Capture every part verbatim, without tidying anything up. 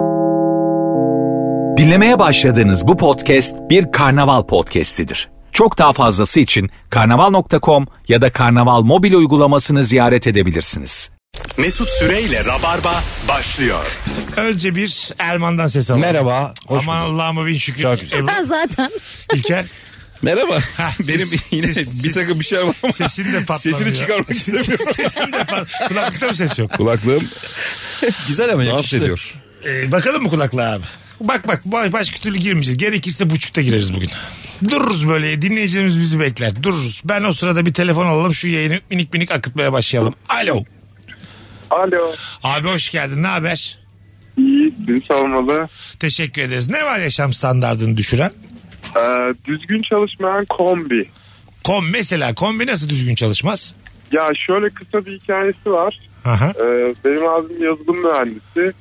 Dinlemeye başladığınız bu podcast bir karnaval podcastidir. Çok daha fazlası için karnaval nokta com ya da karnaval mobil uygulamasını ziyaret edebilirsiniz. Mesut Süreyle Rabarba başlıyor. Önce bir Erman'dan ses alalım. Merhaba. Aman Allah'ıma bin şükür. Ben zaten. İlker. Merhaba. Ha, Benim ses, yine ses, bir takım bir şey var ama sesin de patlamıyor. sesini çıkarmak istemiyorum. Sesin de patlamıyor. Kulaklıkta mı ses yok? Kulaklığım güzel ama dans ediyor. Ee, bakalım mı kulaklığa abi? Bak bak başka türlü girmeyeceğiz. Gerekirse buçukta gireriz bugün. Dururuz böyle, dinleyicilerimiz bizi bekler. Dururuz. Ben o sırada bir telefon alalım, şu yayını minik minik akıtmaya başlayalım. Alo. Alo. Abi hoş geldin, ne haber? İyi, sizi sormalı. Teşekkür ederiz. Ne var yaşam standartını düşüren? Ee, düzgün çalışmayan kombi. Kom mesela kombi nasıl düzgün çalışmaz? Ya şöyle kısa bir hikayesi var. Aha. Ee, benim abim yazılım mühendisi.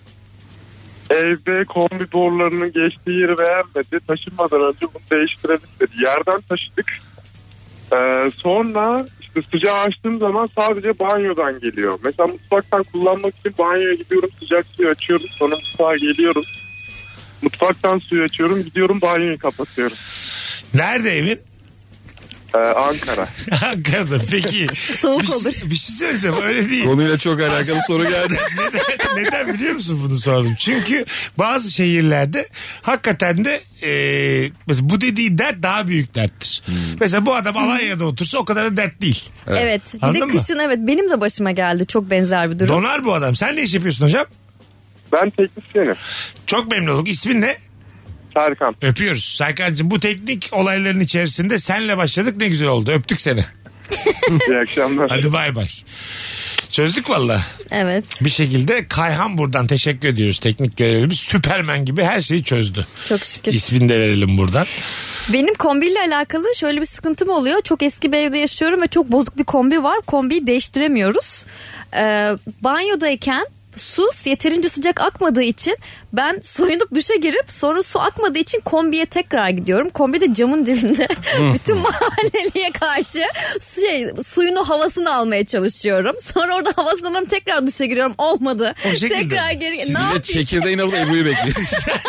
Evde kombi borularının geçtiği yeri beğenmedi. Taşınmadan önce bunu değiştirelim dedi. Yerden taşıdık. Ee, sonra işte sıcağı açtığım zaman sadece banyodan geliyor. Mesela mutfaktan kullanmak için banyoya gidiyorum, sıcak suyu açıyorum. Sonra mutfağa geliyorum. Mutfaktan suyu açıyorum, gidiyorum banyoyu kapatıyorum. Nerede evin? Ee, Ankara. Ankara'da. Peki. Soğuk bir, olur. Bir şey söyleyeceğim, öyle değil. Konuyla çok alakalı soru geldi. neden, neden biliyor musun bunu sordum? Çünkü bazı şehirlerde hakikaten de e, mesela bu dediği dert daha büyük derttir. Hmm. Mesela bu adam Alanya'da otursa o kadar da dert değil. Evet. evet. Bir Anladın de kışın mı? Evet benim de başıma geldi çok benzer bir durum. Donar bu adam. Sen ne iş yapıyorsun hocam? Ben teknisyenim. Çok memnun olduk. İsmin ne? Serkan. Öpüyoruz. Serkan'cığım bu teknik olayların içerisinde senle başladık, ne güzel oldu. Öptük seni. İyi akşamlar. Hadi bay bay. Çözdük valla. Evet. Bir şekilde Kayhan buradan teşekkür ediyoruz. Teknik görevlimiz Süpermen gibi her şeyi çözdü. Çok şükür. İsmini de verelim buradan. Benim kombiyle alakalı şöyle bir sıkıntım oluyor. Çok eski bir evde yaşıyorum ve çok bozuk bir kombi var. Kombiyi değiştiremiyoruz. Ee, banyodayken su yeterince sıcak akmadığı için ben soyunup duşa girip sonra su akmadığı için kombiye tekrar gidiyorum. Kombi de camın dibinde. Bütün mahalleliye karşı şey, suyunu havasını almaya çalışıyorum. Sonra orada havasını alıyorum, tekrar duşa giriyorum. Olmadı. Tekrar geri. Siz ne de yapayım? çekirdeğin alıp Ebru'yu bekliyorsunuz.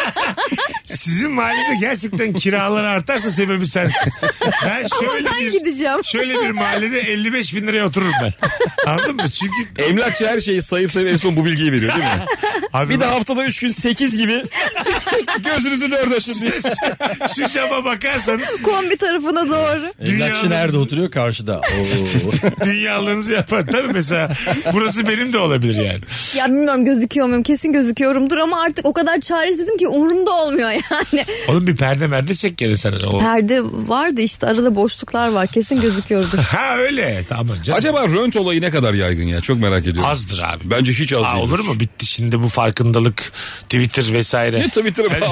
Sizin mahallede gerçekten kiralar artarsa sebebi sensin. Ben şöyle ben bir, gideceğim. şöyle bir mahallede elli beş bin liraya otururum ben. Anladın mı? Çünkü Emlakçı her şeyi sayıp sayıp en son bu bilgiyi veriyor değil mi? abi Bir de bak, haftada üç gün sekiz gibi gözünüzü dört açın diye. şu cama bakarsanız Kombi tarafına doğru. Emlakçı nerede oturuyor? Karşıda. Oo. dünyalığınızı yapar. Tabii mesela burası benim de olabilir yani. Ya bilmiyorum gözüküyor muyum? Kesin gözüküyorumdur ama artık o kadar çaresizim ki umurumda olmuyor yani. Oğlum bir perde merde çek gene sana. O. Perde vardı işte, arada boşluklar var. Kesin gözüküyordur. Ha öyle. Tamam canım. Acaba rönt olayı ne kadar yaygın ya? Çok merak ediyorum. Azdır abi. Bence hiç az Aa, değil. olur mu? Bitti şimdi bu farkındalık, Twitter vesaire. Ne Twitter'ı be?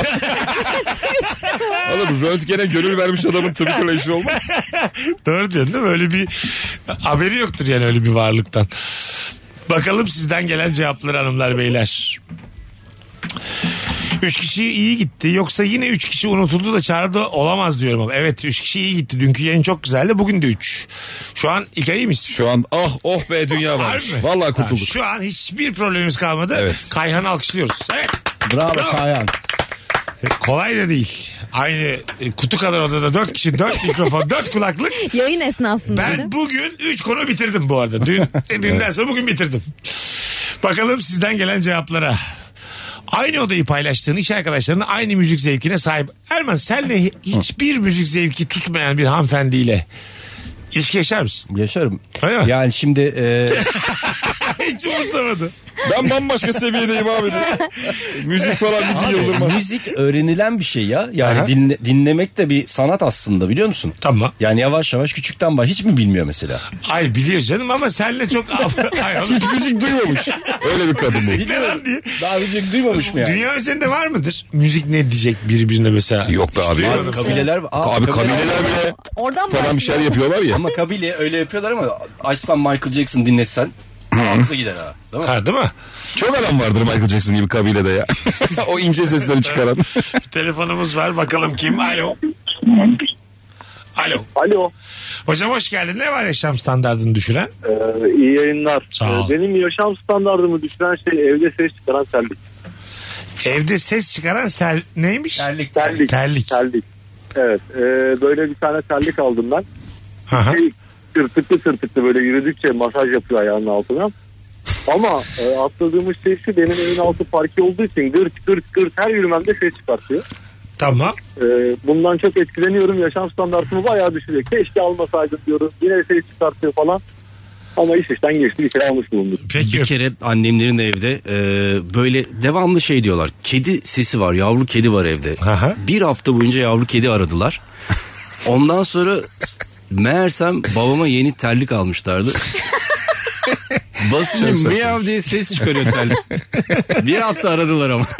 Oğlum röntgene gönül vermiş adamın Twitter'la işi olmaz. Doğru diyorsun değil mi? Öyle bir haberi yoktur yani öyle bir varlıktan. Bakalım sizden gelen cevapları hanımlar beyler. Üç kişi iyi gitti. Yoksa yine üç kişi unutuldu da çağrıda olamaz diyorum ama. Evet üç kişi iyi gitti. Dünkü yayın çok güzeldi. Bugün de üç. Şu an ilk iyi misin? Şu an ah oh be dünya varmış. Harbi mi? Vallahi kurtulduk. Ha, şu an hiçbir problemimiz kalmadı. Evet. Kayhan'ı alkışlıyoruz. Evet. Bravo, Bravo. Kayhan. Kolay da değil. Aynı e, kutu kadar odada dört kişi, dört mikrofon, dört kulaklık. Yayın esnasında. Ben bugün üç konu bitirdim bu arada. Dün, dünden sonra bugün bitirdim. Bakalım sizden gelen cevaplara. Aynı odayı paylaştığın iş arkadaşlarının aynı müzik zevkine sahip. Erman senle hiçbir müzik zevki tutmayan bir hanımefendiyle ilişki yaşar mısın? Yaşarım. Öyle mi? Yani şimdi e, Hiç umursamadı. Ben bambaşka seviyedeyim abi. Müzik falan bizi yıldırmaz. müzik öğrenilen bir şey ya. Yani Aha. dinle, dinlemek de bir sanat aslında, biliyor musun? Tamam. Yani yavaş yavaş küçükten baş hiç mi bilmiyor mesela? Ay biliyor canım ama senle çok... Ay, oğlum, Hiç müzik duymamış. Öyle bir kadın bu. ne lan diye. Daha müzik duymamış mı yani? Dünya üzerinde var mıdır? Müzik ne diyecek birbirine mesela? Yok be abi. duymadım. Abi kabileler var. Aa, Abi kabileler bile Oradan falan bir şeyler başlıyor. yapıyorlar ya. Ama kabile öyle yapıyorlar ama açsan Michael Jackson dinlesen ağzı gider ha. Değil mi? Ha değil mi? Çok adam vardır Michael Jackson gibi kabilede ya. O ince sesleri çıkaran. Telefonumuz var bakalım kim? Alo. Alo. Alo. Hocam hoş geldin. Ne var yaşam standartını düşüren? Ee, iyi yayınlar. Sağ ol. Ee, benim yaşam standartımı düşüren şey evde ses çıkaran terlik. Evde ses çıkaran sel neymiş? Terlik. Terlik. Terlik. Terlik. Evet. E, böyle bir tane terlik aldım ben. Aha. Şey, tırtıklı tırtıklı böyle yürüdükçe masaj yapıyor ayağının altına. Ama e, atladığımız şey şu, benim evin altı parke olduğu için gırt gırt gırt her yürümemde ses çıkartıyor. Tamam. E, bundan çok etkileniyorum. Yaşam standartımı bayağı düşürüyor. Keşke almasaydım diyorum. Yine ses çıkartıyor falan. Ama iş işten geçti, bir kere almış bulunduk. Peki. Bir kere annemlerin evde e, böyle devamlı şey diyorlar. Kedi sesi var, yavru kedi var evde. Aha. Bir hafta boyunca yavru kedi aradılar. Ondan sonra meğersem babama yeni terlik almışlardı. Basınca miyav diye ses çıkarıyor terlik. Bir hafta aradılar ama.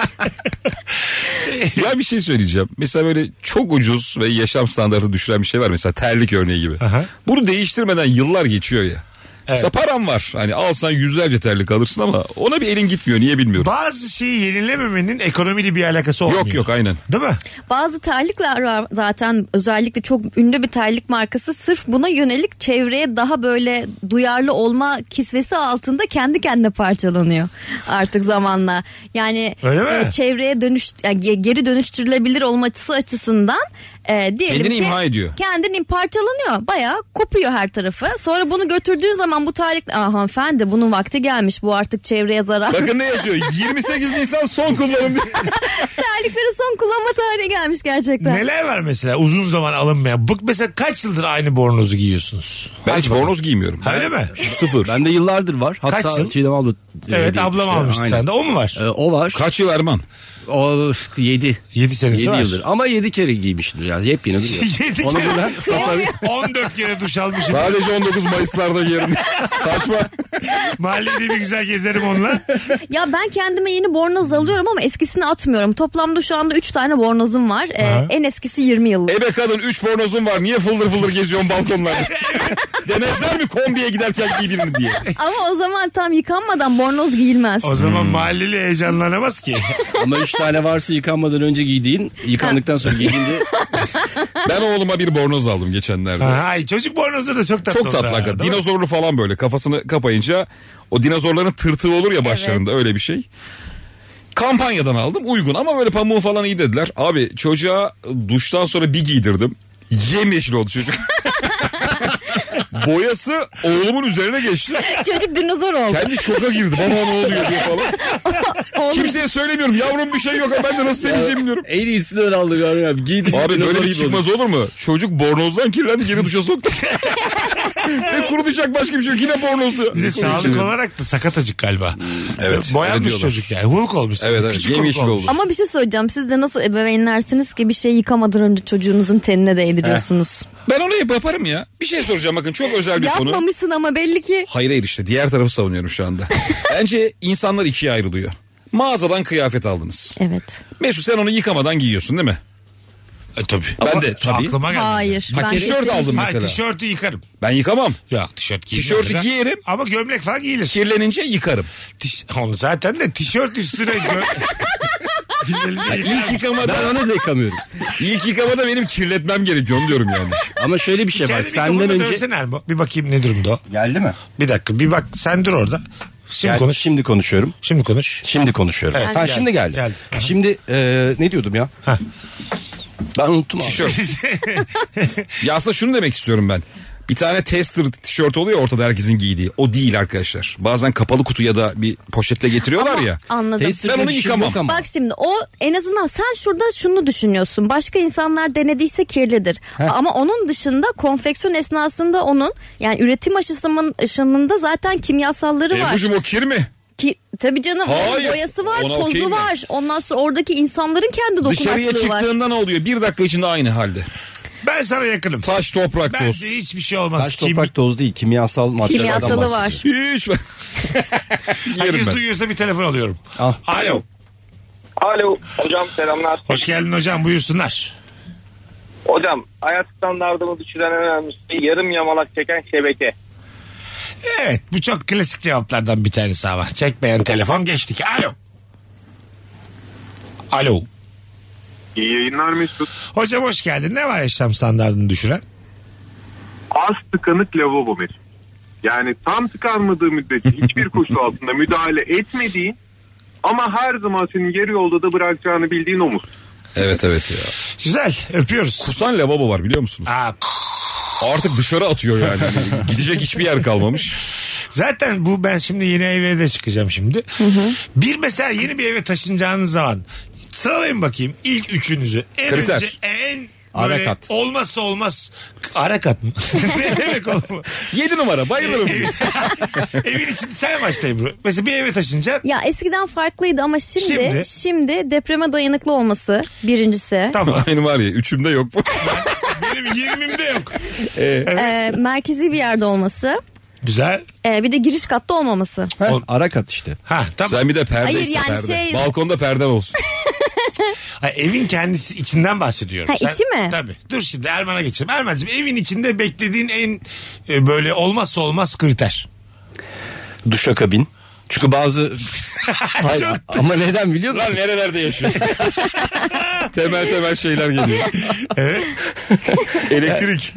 Ya bir şey söyleyeceğim. Mesela böyle çok ucuz ve yaşam standartı düşüren bir şey var. Mesela terlik örneği gibi. Aha. Bunu değiştirmeden yıllar geçiyor ya. Evet. Mesela param var. Hani alsan yüzlerce terlik alırsın ama ona bir elin gitmiyor. Niye bilmiyorum. Bazı şeyi yenilememenin ekonomiyle bir alakası olmuyor. Yok yok aynen. Değil mi? Bazı terlikler var zaten, özellikle çok ünlü bir terlik markası sırf buna yönelik çevreye daha böyle duyarlı olma kisvesi altında kendi kendine parçalanıyor artık zamanla. Yani Öyle mi? e, çevreye dönüş yani ge- geri dönüştürülebilir olması açısından e, diyelim Kendini ki imha ediyor. kendini parçalanıyor. Bayağı kopuyor her tarafı. Sonra bunu götürdüğün zaman bu terlik, aa hanımefendi bunun vakti gelmiş, bu artık çevreye zarar. Bakın ne yazıyor? yirmi sekiz Nisan son kullanım diye. Terlikleri son kullanma tarihi gelmiş gerçekten. Neler var mesela uzun zaman alınmayan? Bık mesela kaç yıldır aynı bornozu giyiyorsunuz? Ben hiç bornoz giymiyorum. Öyle mi? Sıfır. Bende yıllardır var. Hatta Kaç yıl? Çiğdem abla. Evet, e, ablam işte, almıştı aynen. sende. O mu var? E, o var. Kaç yıl Erman? O yedi. yedi senesi yedi var. yıldır. Ama yedi kere giymiştir yani. Yepyeni duruyor. Yedi Onu kere. buradan satabilir. on dört kere duş almışım. Sadece on dokuz Mayıs'larda giyerim. Saçma. Mahallede bir güzel gezerim onunla. Ya ben kendime yeni bornoz alıyorum ama eskisini atmıyorum. Toplamda şu anda üç tane bornozum var. Ee, Aha. en eskisi yirmi yıllık. Ebe kadın üç bornozun var. Niye fıldır fıldır geziyorsun balkonlarda? Demezler mi kombiye giderken giy birini diye. Ama o zaman tam yıkanmadan bornoz giyilmez. O zaman mahalleli heyecanlanamaz ki. Ama üç tane varsa yıkanmadan önce giydiğin, yıkandıktan sonra giydiğinde Ben oğluma bir bornoz aldım geçenlerde. Ay, çocuk bornozları da çok tatlı Çok tatlı olur ha, hakikaten. değil mi? Dinozorlu falan böyle kafasını kapayınca o dinozorların tırtığı olur ya başlarında, öyle bir şey. Kampanyadan aldım, uygun ama böyle pamuğu falan iyi dediler. Abi çocuğa duştan sonra bir giydirdim. Yemyeşil oldu çocuk. Boyası oğlumun üzerine geçti. Çocuk dinozor oldu. Kendi şoka girdi. Baba ne oluyor diye falan. Kimseye söylemiyorum. Yavrum bir şey yok ama ben de nasıl temizleyeyim bilmiyorum. en iyisini öyle aldı galiba. Abi, giydi, Abi böyle bir çıkmaz olur mu? Çocuk bornozdan kirlendi, geri duşa soktu. Ve kurutacak başka bir şey yok. Yine bornozdu. Bize sağlık olarak da sakatacık galiba. Evet, öyle Boyanmış diyorlar. çocuk yani. Hulk olmuş. Evet, evet. Küçük Yemyeşil Hulk olmuş. oldu. Ama bir şey söyleyeceğim. Siz de nasıl ebeveynlersiniz ki bir şey yıkamadan önce çocuğunuzun tenine değdiriyorsunuz? Ben onu hep yaparım ya. Bir şey soracağım, bakın çok özel bir konu. Yapmamışsın ama belli ki. Hayır hayır, işte diğer tarafı savunuyorum şu anda. Bence insanlar ikiye ayrılıyor. Mağazadan kıyafet aldınız. Evet. Mesut sen onu yıkamadan giyiyorsun değil mi? E, tabii. Ben de tabii. Aklıma geldi. Hayır. Ha, ben tişört kesinlikle- aldım Ha, mesela. tişörtü yıkarım. Ben yıkamam. Yok, tişört giyerim. Tişörtü mesela. giyerim. Ama gömlek falan giyilir. Kirlenince yıkarım. Tiş- Onu zaten de tişört üstüne gö... Kirlenince yıkarım. İlk yıkamada, Ben onu da yıkamıyorum. ilk yıkamada benim kirletmem gerekiyor, onu diyorum yani. Ama şöyle bir şey var. Kendi Senden mikrofonla önce... dövsene Ermo. Bir bakayım ne durumda o. Geldi mi? Bir dakika bir bak, sen dur orada. Şimdi Gel- konuş. Şimdi konuşuyorum. Şimdi konuş. Şimdi konuşuyorum. Evet, ha geldi, şimdi geldi. geldi. Aha. Şimdi e, ne diyordum ya? Ha. Ben unuttum abi. Tişört. Ya aslında şunu demek istiyorum ben. Bir tane tester tişört oluyor ortada herkesin giydiği. O değil arkadaşlar. Bazen kapalı kutu ya da bir poşetle getiriyorlar Ama ya. anladım. Tester Ben diye onu bir şey yıkamam. yok ama. Bak şimdi o en azından sen şurada şunu düşünüyorsun. Başka insanlar denediyse kirlidir. Ama onun dışında konfeksiyon esnasında onun yani üretim aşısının aşımında zaten kimyasalları var. Ebru'cum o kir mi? Ki, tabii canım Hayır. boyası var, Ona tozu okeyim ben. var. Ondan sonra oradaki insanların kendi Dışarıya dokunaçlığı var. çıktığında ne oluyor? Bir dakika içinde aynı halde. Ben sana yakınım. Taş, toprak, toz. Bence hiçbir şey olmaz. Taş Kim- toprak toz değil. Kimyasal maddelerden Kimyasalı bahsediyor. var. Hiç. Yerim Herkes ben. duyuyorsa bir telefon alıyorum. Al. Alo. Alo hocam, selamlar. Hoş geldin hocam, buyursunlar. Hocam hayat standartımı düşüren en önemli şey yarım yamalak çeken şebeke. Evet, bu çok klasik cevaplardan bir tanesi ama. Çekmeyen telefon, geçtik. Alo. Alo. İyi yayınlar Mesut. Hocam hoş geldin. Ne var yaşam standartını düşüren? Az tıkanık lavabo Mesut. Yani tam tıkanmadığı müddetçe hiçbir koşul altında müdahale etmediğin Ama her zaman senin yarı yolda da bırakacağını bildiğin omuz. Evet evet ya. Güzel, öpüyoruz. Kusan lavabo var biliyor musunuz? Aa, Artık dışarı atıyor yani. Hani gidecek hiçbir yer kalmamış. zaten bu ben şimdi yeni eve de çıkacağım şimdi. Hı hı. Bir mesela yeni bir eve taşınacağınız zaman sıralayın bakayım ilk üçünüzü. En Kriter. önce en böyle Arakat. olmazsa olmaz. Arakat mı? Ne demek olma? Yedi numara bayılırım. Evin, evin içinde sen başla Ebru. Mesela bir eve taşınacaksın. Ya eskiden farklıydı ama şimdi Şimdi? şimdi, depreme dayanıklı olması birincisi. Tamam. Aynı var ya üçümde yok bu. Benim yirmimde yok. Ee, merkezi bir yerde olması. Güzel. Ee, bir de giriş katta olmaması. Ha, Ol- Arakat işte. Ha tamam. Sen bir de perde Hayır, iste yani perde. şey- Balkonda perden olsun. Ha, evin kendisi içinden bahsediyorum. Ha, içi mi? Tabii. Dur şimdi Erman'a geçelim. Erman'cığım evin içinde beklediğin en e, böyle olmazsa olmaz kriter. Duşakabin. Çünkü bazı... Hayır, ama neden biliyor musun? Lan nerelerde yaşıyorsun? temel temel şeyler geliyor. Evet. Elektrik.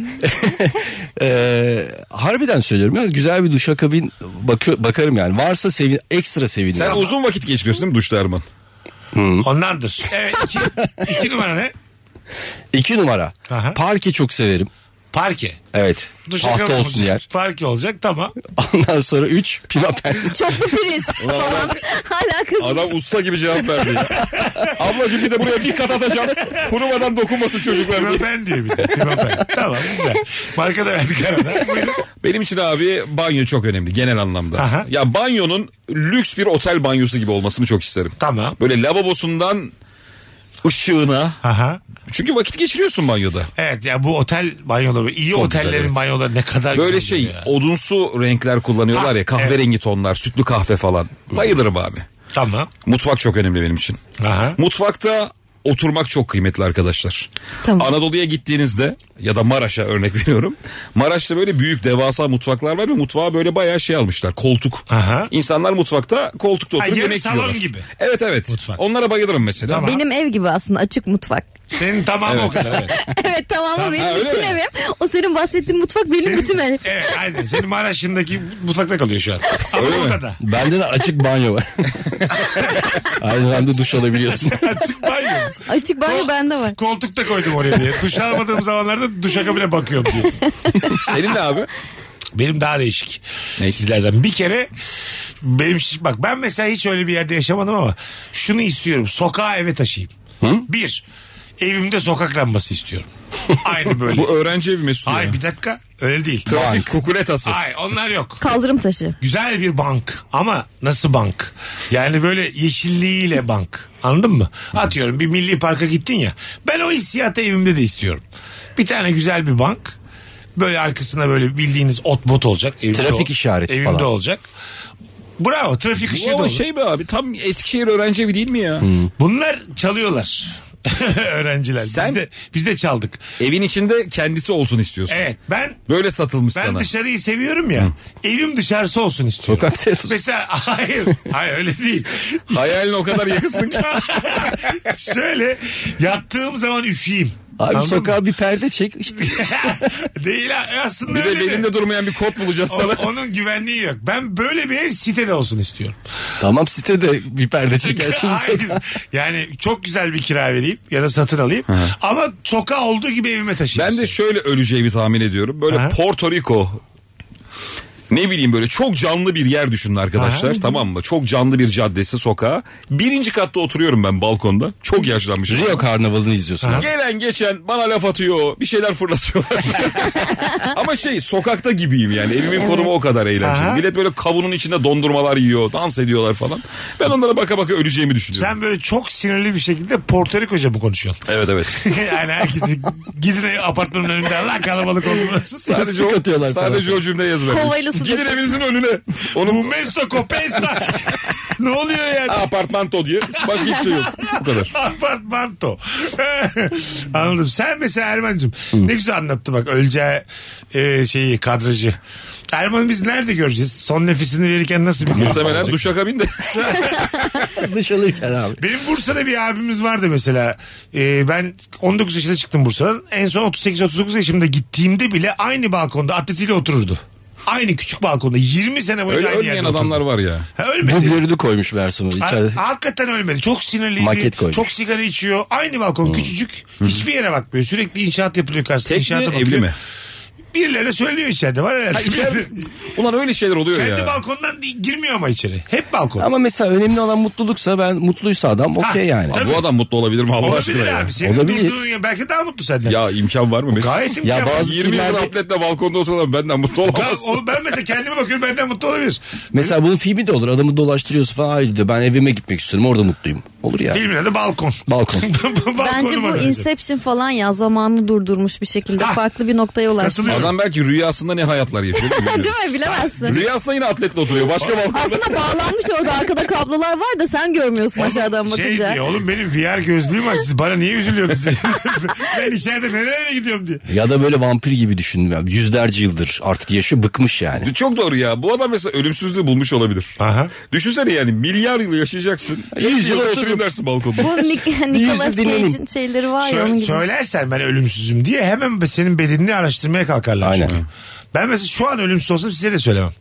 Ee, harbiden söylüyorum ya, güzel bir duşakabin bakıyor, bakarım yani. Varsa sevin, ekstra sevinirim. Sen uzun vakit geçiriyorsun değil mi duşta Erman? Ondandır. Evet. iki, iki numara ne? İki numara. Aha. Parke çok severim. Parke. Evet. Duşakabin Tahta olsun olacak. yer. Parke olacak tamam. Ondan sonra üç pimapen. Çoklu priz falan. Alakası. Adam usta gibi cevap verdi ya. Ablacığım bir de buraya bir kat atacağım. Kurumadan dokunmasın çocuklar. Pimapen diyor bir de. Pimapen. Tamam güzel. Marka da verdik arada. Buyurun. Benim için abi banyo çok önemli genel anlamda. Aha. Ya banyonun lüks bir otel banyosu gibi olmasını çok isterim. Tamam. Böyle lavabosundan ışığına. Aha. Çünkü vakit geçiriyorsun banyoda. Evet ya bu otel banyoları iyi Çok otellerin güzel, evet. banyoları ne kadar Böyle güzel şey ya. odunsu renkler kullanıyorlar Ha, ya kahverengi tonlar sütlü kahve falan. Bayılırım abi. Tamam. Mutfak çok önemli benim için. Aha. Mutfakta oturmak çok kıymetli arkadaşlar. Tamam. Anadolu'ya gittiğinizde ya da Maraş'a örnek veriyorum. Maraş'ta böyle büyük devasa mutfaklar var ve mutfağa böyle bayağı şey almışlar. Koltuk. Aha. İnsanlar mutfakta koltukta Ha, oturup yarı yemek salon yiyorlar. gibi. Evet evet. Mutfak. Onlara bayılırım mesela. Tamam. Benim ev gibi aslında, açık mutfak. Senin tamamı o kadar. Evet. Evet tamamı benim Ha, öyle bütün mi? evim. O senin bahsettiğin mutfak benim Senin- bütün ev. Evet aynen. Senin Maraş'ındaki mutfakta kalıyor şu an. Ama Öyle mi? orada da. Bende de açık banyo var. Aynı anda duş alabiliyorsun. Açık banyo. Açık banyo bende var. Koltuk da koydum oraya diye. Duş almadığım zamanlarda duşakabine bakıyorum diye. Senin ne abi? Benim daha değişik. Ne? Sizlerden bir kere benim bak ben mesela hiç öyle bir yerde yaşamadım ama şunu istiyorum. Sokağa eve taşıyayım. Bir, evimde sokak lambası istiyorum. Aynı böyle. Bu öğrenci evi Mesut Ay ya. bir dakika öyle değil. Trafik kukuletası. Ay onlar yok. Kaldırım taşı. Güzel bir bank ama nasıl bank? Yani böyle yeşilliğiyle bank. Anladın mı? Atıyorum bir milli parka gittin ya. Ben o hissiyatı evimde de istiyorum. Bir tane güzel bir bank. Böyle arkasına böyle bildiğiniz ot bot olacak. Evimde Trafik o- işareti evimde falan. olacak. Bravo trafik Bu ışığı da ama olur. şey be abi tam Eskişehir öğrenci evi değil mi ya? Bunlar çalıyorlar. Öğrenciler. Sen- Biz de, biz de çaldık. Evin içinde kendisi olsun istiyorsun. Evet ben Böyle satılmış ben sana. dışarıyı seviyorum ya. Evim dışarısı olsun istiyorum. Sokakta yatıyorsun. Mesela hayır. Hayır öyle değil. Hayaline o kadar yakınsın ki. Şöyle yattığım zaman üşüyeyim. Abi Anladın sokağa bir perde çek işte. Değil ha. Aslında Bir de öyle de. belinde durmayan bir kot bulacağız O- sana. onun güvenliği yok. Ben böyle bir ev sitede olsun istiyorum. Tamam sitede bir perde çekersin. Hayır. Yani çok güzel bir kira vereyim ya da satın alayım. Ama sokağa olduğu gibi evime taşıyayım. Ben de şöyle öleceğimi tahmin ediyorum. Böyle Aha. Porto Rico ne bileyim böyle çok canlı bir yer düşünün arkadaşlar. Aha. Tamam mı? Çok canlı bir caddesi sokağı. Birinci katta oturuyorum ben balkonda. Çok yaşlanmışım. Rio Karnavalı'nı izliyorsun. abi. Gelen geçen bana laf atıyor. Bir şeyler fırlatıyorlar. Ama şey sokakta gibiyim yani. Evimin konumu o kadar eğlenceli. Aha. Millet böyle kavunun içinde dondurmalar yiyor. Dans ediyorlar falan. Ben onlara baka baka öleceğimi düşünüyorum. Sen böyle çok sinirli bir şekilde Porto Rico'ca mı konuşuyorsun? Evet evet. Yani herkesi gidin apartmanın önünde lan kalabalık oldu burası. Sadece o, atıyorlar sadece o cümle yazmayın. Kovayla su Gidin döküyor. evinizin önüne. Onu Umesto Copesta. Ne oluyor yani? apartmanto diye. Başka hiçbir şey yok. Bu kadar. Apartmanto. Anladım. Sen mesela Erman'cığım ne güzel anlattı bak öleceği e, şeyi kadrajı. Erman biz nerede göreceğiz? Son nefesini verirken nasıl bir Muhtemelen olacak? duşakabinde. Dış alırken abi. Benim Bursa'da bir abimiz vardı mesela. Ee, ben on dokuz yaşında çıktım Bursa'dan. En son otuz sekiz otuz dokuz yaşımda gittiğimde bile aynı balkonda atletiyle otururdu. Aynı küçük balkonda yirmi sene boyunca Öyle aynı ölmeyen yerde adamlar oturdum. var ya. Ha, ölmedi. Dublörünü koymuş Mersun'un Ha, içeride. hakikaten ölmedi. Çok sinirliydi. Maket koymuş. Çok sigara içiyor. Aynı balkon küçücük. Hiçbir yere bakmıyor. Sürekli inşaat yapılıyor karşısında. Tek mi İnşaata bakıyor. evli mi? Birilerine söylüyor içeride. Var herhalde. Ha, içeride- Ulan öyle şeyler oluyor Kendi ya. balkondan değil, girmiyor ama içeri. Hep balkon. Ama mesela önemli olan mutluluksa ben mutluysa adam okey yani. Abi bu adam mutlu olabilir mi Allah aşkına Olabilir ya? abi. Senin Olabilir. durduğun ya belki daha mutlu senden. Ya imkan var mı? Mesut? Gayet imkan Ya var. bazı yirmi yıldır filmlerde- atletle balkonda oturan benden mutlu Ya, olamaz. o- ben mesela kendime bakıyorum benden mutlu olabilir. Mesela bunun filmi de olur. Adamı dolaştırıyorsun falan. Hayır diyor ben evime gitmek istiyorum. Orada mutluyum. Olur ya. Filmin adı Balkon. Balkon. Balkonu Bence bu bana verecek. Inception falan ya, zamanını durdurmuş bir şekilde Ha. farklı bir noktaya ulaşmış. Katılıyorum. Adam belki rüyasında ne hayatlar yaşıyor değil mi? Değil mi? Bilemezsin. Rüyasında yine atletle oturuyor. Başka balkonda. Aslında bağlanmış orada, arkada kablolar var da sen görmüyorsun aşağıdan Şey bakınca. diyor oğlum benim V R gözlüğüm var siz bana niye üzülüyorsunuz diye. Ben içeride nereye gidiyorum diye. Ya da böyle vampir gibi düşündüm. Yani yüzlerce yıldır artık yaşıyor, bıkmış yani. Çok doğru ya. Bu adam mesela ölümsüzlüğü bulmuş olabilir. Aha. Düşünsene yani milyar yıl yaşayacaksın. yüz yıl yıl otururum. oturayım dersin balkonda. Bu Nic- Nicolas Yüzü dinlenim. Cage'in şeyleri var ya, Sö- onun gibi. söylersen ben ölümsüzüm diye hemen senin bedenini araştırmaya kalkarlar. Aynen. çünkü. Ben mesela şu an ölümsüz olsam size de söylemem.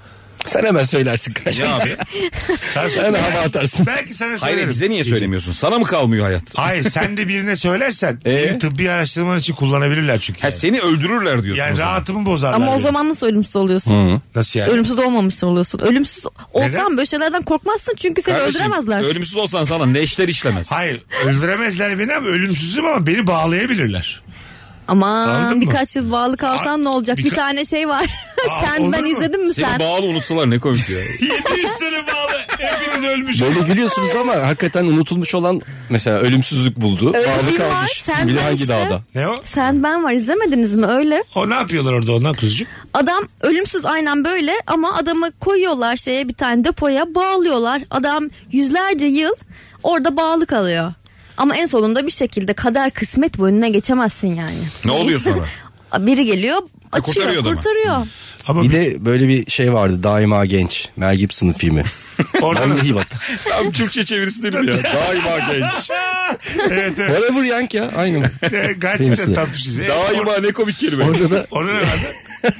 Sen hemen söylersin kaç. Ne abi? Sen Sen hava atarsın. Belki sana Hayır söylerim. bize niye söylemiyorsun? Sana mı kalmıyor hayat? Hayır sen de birine söylersen Ee? benim tıbbi araştırmalar için kullanabilirler çünkü. Ha, Yani, seni öldürürler diyorsun. yani o zaman. rahatımı bozarlar. Ama o benim. zaman nasıl ölümsüz oluyorsun? Nasıl yani? Ölümsüz olmamış oluyorsun. Ölümsüz olsan Neden? böyle şeylerden korkmazsın çünkü seni Kardeşim, öldüremezler. ölümsüz olsan sana neşter işlemez. Hayır öldüremezler beni ama ölümsüzüm ama beni bağlayabilirler. Aman Anladın mı? birkaç yıl bağlı kalsan Aa, ne olacak? birka- Bir tane şey var. Aa, sen olur ben mu? izledim mi Seni sen? bağlı unutsalar ne komik ya. yedi yüz sene bağlı hepiniz ölmüş. Böyle gülüyorsunuz ama hakikaten unutulmuş olan mesela ölümsüzlük buldu. Öyle Bağlı film var, kalmış. sen Biri ben hangi işte. dağda? Ne o? Sen ben var, izlemediniz mi öyle? O ne yapıyorlar orada ondan kuzucuk? Adam ölümsüz aynen böyle ama adamı koyuyorlar şeye, bir tane depoya bağlıyorlar. Adam yüzlerce yıl orada bağlı kalıyor. Ama en sonunda bir şekilde kader kısmet bu, önüne geçemezsin yani. Ne oluyor sonra? Biri geliyor açıyor kurtarıyor adamı. kurtarıyor. Ama Bir de böyle bir şey vardı. Daima Genç. Mel Gibson'ın filmi. orada Vallahi bak. Tam Türkçe çevirisi derim ya. Daima genç. evet evet. Forever Young ya. Aynı. Ee, Gerçekten tam Türkçesi. Daima ne komik kelime. Orada da Orada ne vardı?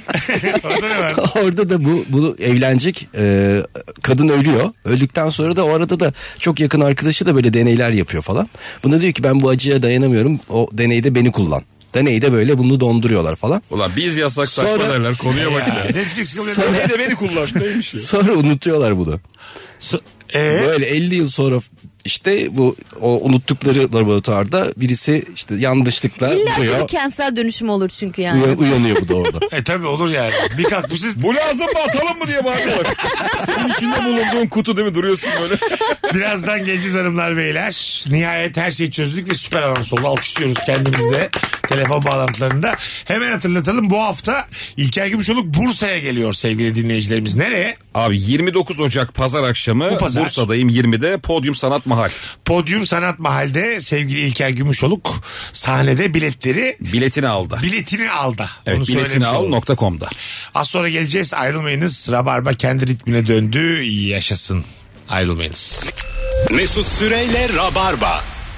Orada ne vardı? orada da bu bu evlenecek e, kadın ölüyor. Öldükten sonra da o arada da çok yakın arkadaşı da böyle deneyler yapıyor falan. Buna diyor ki ben bu acıya dayanamıyorum. O deneyde beni kullan. Deneyde böyle bunu donduruyorlar falan. Ulan biz yasak saçma Sonra- derler. Konuya bak Ya, ya. Netflix kabul Sonra- ediyor. Ne de beni kullan. Neymiş ya? Sonra unutuyorlar bunu. So- Ee? Böyle elli yıl sonra işte bu o unuttukları laboratuvarda birisi işte yanlışlıkla İlla ki bir buluyor. kentsel dönüşüm olur çünkü yani. Uyan- uyanıyor bu da orada. E tabi olur yani. Bir kalkmışız Bu lazım mı atalım mı diye bağırıyorlar. Senin içinde bulunduğun kutu değil mi duruyorsun böyle. birazdan geleceğiz hanımlar beyler. Nihayet her şeyi çözdük ve süper anons oldu. Alkışlıyoruz kendimizde telefon bağlantılarında. Hemen hatırlatalım bu hafta İlker Gümüşoluk Bursa'ya geliyor sevgili dinleyicilerimiz. Nereye? Abi yirmi dokuz Ocak pazar akşamı Bu pazar. Bursa'dayım yirmide Podyum Sanat Mahal. Podyum Sanat Mahal'de sevgili İlker Gümüşoluk sahnede biletleri Biletini aldı. biletini aldı. Evet Onu biletini söylemiş al olalım. nokta com'da. Az sonra geleceğiz. Ayrılmayınız. Rabarba kendi ritmine döndü. Yaşasın. Ayrılmayınız. Mesut Süreyle Rabarba.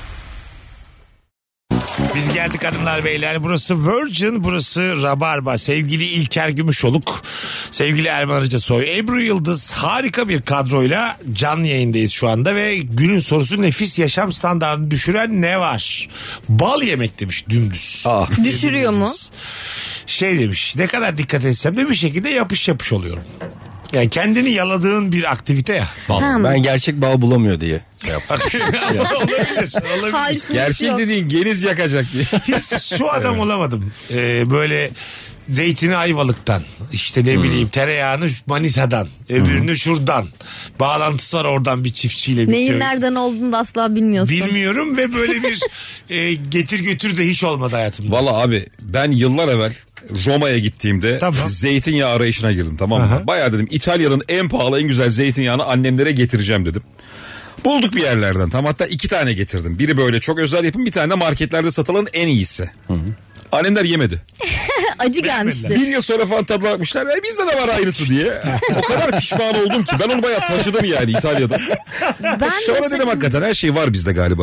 Biz geldik hanımlar beyler. Burası Virgin, burası Rabarba. Sevgili İlker Gümüşoluk, sevgili Erman Arıcasoy, Ebru Yıldız, harika bir kadroyla canlı yayındayız şu anda ve günün sorusu nefis yaşam standartını düşüren ne var? Bal yemek demiş dümdüz. Ah. Düşürüyor mu? Şey demiş, ne kadar dikkat etsem de bir şekilde yapış yapış oluyorum. Yani kendini yaladığın bir aktivite ya. Bal. Ha, Ben gerçek bağ bulamıyor diye şey yaptım. olabilir, olabilir. halis bir Gerçek şey yok. dediğin geniz yakacak diye. Hiç şu adam olamadım. Ee, böyle zeytini Ayvalık'tan, işte ne bileyim tereyağını Manisa'dan, öbürünü şuradan. Bağlantısı var oradan bir çiftçiyle. Bir Neyin köy. nereden olduğunu da asla bilmiyorsun. Bilmiyorum ve böyle bir e, getir götür de hiç olmadı hayatımda. Valla abi ben yıllar evvel Roma'ya gittiğimde Tamam. zeytinyağı arayışına girdim tamam mı? Aha. Bayağı dedim İtalya'nın en pahalı en güzel zeytinyağını annemlere getireceğim dedim. Bulduk bir yerlerden tam hatta iki tane getirdim. Biri böyle çok özel yapım bir tane de marketlerde satılan en iyisi. Annemler yemedi. Acı Beğenmediler. gelmiştir. Bir yıl sonra falan tadına bakmışlar. E, bizde de var aynısı diye. O kadar pişman oldum ki. Ben onu bayağı taşıdım yani İtalya'da. Ben Sonra mesela- dedim hakikaten her şey var bizde galiba ya.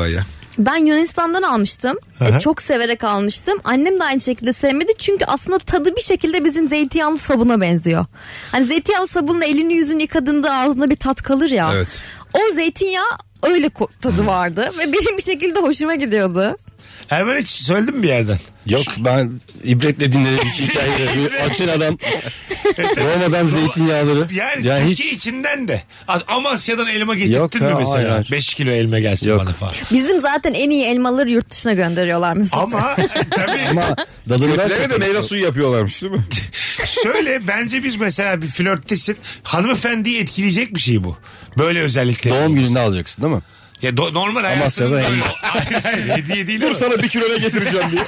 Ben Yunanistan'dan almıştım. E, çok severek almıştım. Annem de aynı şekilde sevmedi. Çünkü aslında tadı bir şekilde bizim zeytinyağlı sabuna benziyor. Hani zeytinyağlı sabunla elini yüzünü yıkadığında ağzında bir tat kalır ya. Evet. O zeytinyağı öyle ko- tadı vardı. Ve benim bir şekilde hoşuma gidiyordu. Erman hiç söyledin mi bir yerden? Yok ben ibretle dinledim hikayeleri. Açın adam. Roma'dan zeytinyağları. Yani, Yani Türkiye hiç içinden de. Amasya'dan elma Yok getirttin mi ha, mesela? hayır, hayır. beş kilo elma gelsin Yok. bana falan. Bizim zaten en iyi elmaları yurt dışına gönderiyorlar Mesut. Ama tabii ama dadını Kötülere de ver. meyve suyu yapıyorlarmış değil mi? şöyle bence biz mesela bir flörttesin. Hanımefendiyi etkileyecek bir şey bu. Böyle özellikle. Doğum gününde alacaksın değil mi? Ya do- normal hayatında Amasya'da böyle. elma. Hayır, hayır, hediye değil Dur ama. sana bir kilo ne getireceğim diye.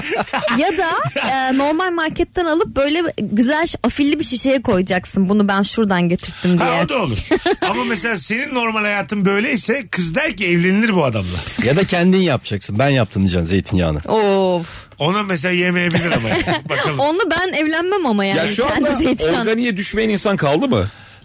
Ya da e, normal marketten alıp böyle güzel afilli bir şişeye koyacaksın. Bunu ben şuradan getirttim diye. Ha o da olur. Ama mesela senin normal hayatın böyleyse kız der ki evlenilir bu adamla. Ya da kendin yapacaksın. Ben yaptım diyeceksin zeytinyağını. Of. Ona mesela yemeyebilir ama yani. Bakalım. Onu ben evlenmem ama yani. Ya şu Kendi anda zeytinyağını- organiğe düşmeyen insan kaldı mı?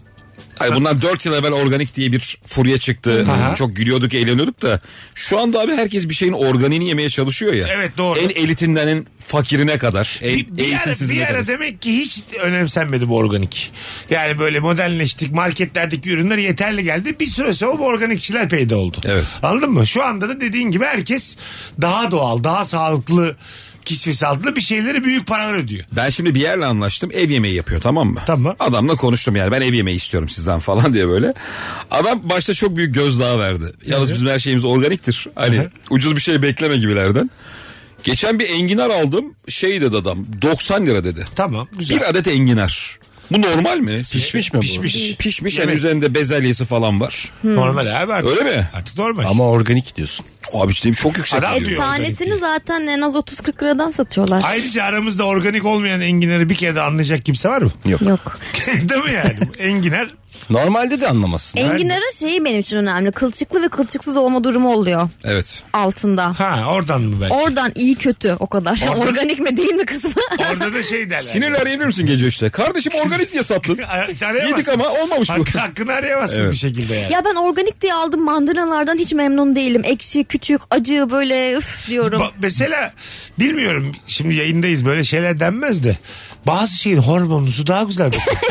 Hani bundan dört yıl evvel organik diye bir furya çıktı. Aha. Çok gülüyorduk, eğleniyorduk da. Şu anda abi herkes bir şeyin organiğini yemeye çalışıyor ya. Evet, doğru. En elitinden en fakirine kadar. En Bir, bir, ara, eğitimsizine bir ara kadar. demek ki hiç önemsenmedi bu organik. Yani böyle modernleştik, marketlerdeki ürünler yeterli geldi. Bir süre sonra bu organikçiler peyda oldu. Evet. Anladın mı? Şu anda da dediğin gibi herkes daha doğal, daha sağlıklı, kisvesi altlı bir şeyleri büyük paralar ödüyor. Ben şimdi bir yerle anlaştım. Ev yemeği yapıyor, tamam mı? Tamam. Adamla konuştum yani. Ben ev yemeği istiyorum sizden falan diye böyle. Adam başta çok büyük gözdağı verdi. Yalnız bizim her şeyimiz organiktir. Hani Hı-hı. ucuz bir şey bekleme gibilerden. Geçen bir enginar aldım. Şey dedi adam, doksan lira dedi. Tamam, güzel. Bir adet enginar. Bu normal mi? Pişmiş mi bu? Pişmiş. Pişmiş yani Evet. üzerinde bezelyesi falan var. Normal abi artık. Öyle mi? Artık normal. Ama organik diyorsun. Abi işte çok yüksek. Adam geliyor. diyor. Tanesini zaten en az otuz kırk liradan satıyorlar. Ayrıca aramızda organik olmayan enginarı bir kere de anlayacak kimse var mı? Yok. Yok. Değil mi yani? Enginar Normalde de anlamazsın. Enginarın şeyi benim için önemli. Kılçıklı ve kılçıksız olma durumu oluyor Evet. altında. ha oradan mı belki? Oradan iyi kötü o kadar. Orada- Organik mi değil mi kısmı? Orada da şey derler. Sinirle arayabilir misin gece işte? Kardeşim organik diye sattın. Arayamazsın. Yedik ama olmamış bu. Hakkı, hakkını arayamazsın Evet. bir şekilde yani. Ya ben organik diye aldım mandalinalardan hiç memnun değilim. Ekşi, küçük, acı böyle üf diyorum. Ba- mesela bilmiyorum şimdi yayındayız böyle şeyler denmez de bazı şeyin hormonlusu daha güzel.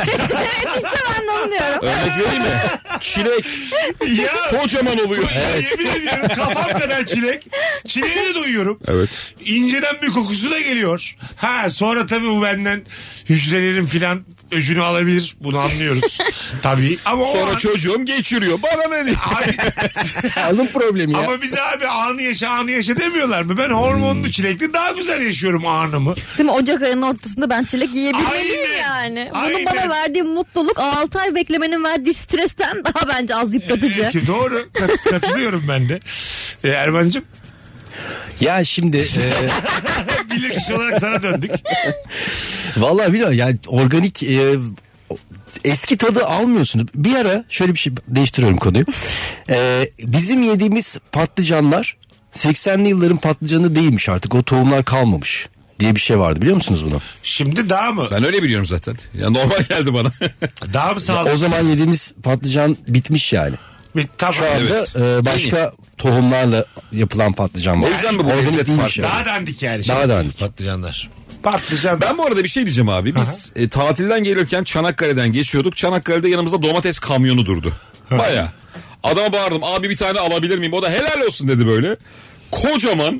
Evet işte ben de onu diyorum. Örnek vereyim mi? Çilek ya kocaman oluyor. ya yemin ediyorum kafam kadar çilek. Çileği de duyuyorum. Evet. İnceden bir kokusu da geliyor. Ha sonra tabii bu benden hücrelerin filan öcünü alabilir. Bunu anlıyoruz. Tabii ama o Sonra an- çocuğum geçiriyor. Bana ne diyor? Abi, Alın problemi ya. ama bize abi anı yaşa anı yaşa demiyorlar mı? Ben hormonlu çilekli daha güzel yaşıyorum anımı. Değil mi? Ocak ayının ortasında ben çilek yiyebilmeliyim Aynen. yani. Bunun Aynen. bana verdiği mutluluk altı ay beklemenin verdiği stresten daha bence az yıpratıcı. Ki doğru. Kat- katılıyorum ben de. Ee, Erman'cığım Ya şimdi e, bilir kişi olarak sana döndük. vallahi biliyorum yani organik e, eski tadı almıyorsunuz. Bir ara şöyle bir şey değiştiriyorum konuyu. E, bizim yediğimiz patlıcanlar seksenli yılların patlıcanı değilmiş artık. O tohumlar kalmamış diye bir şey vardı biliyor musunuz bunu? Şimdi daha mı? Ben öyle biliyorum zaten. Ya normal geldi bana. Daha mı sağlıklı? O zaman yediğimiz patlıcan bitmiş yani. Bir, tamam. Şu anda Evet. e, başka tohumlarla yapılan patlıcan var. O yüzden mi bu Organik lezzet değilmiş farklı? yani. Daha dandik yani. Daha şimdi dandik. Patlıcanlar. Patlıcan. Ben bu arada bir şey diyeceğim abi. Biz e, tatilden gelirken Çanakkale'den geçiyorduk. Çanakkale'de yanımızda domates kamyonu durdu. Baya. Adama bağırdım. Abi bir tane alabilir miyim? O da helal olsun dedi böyle. Kocaman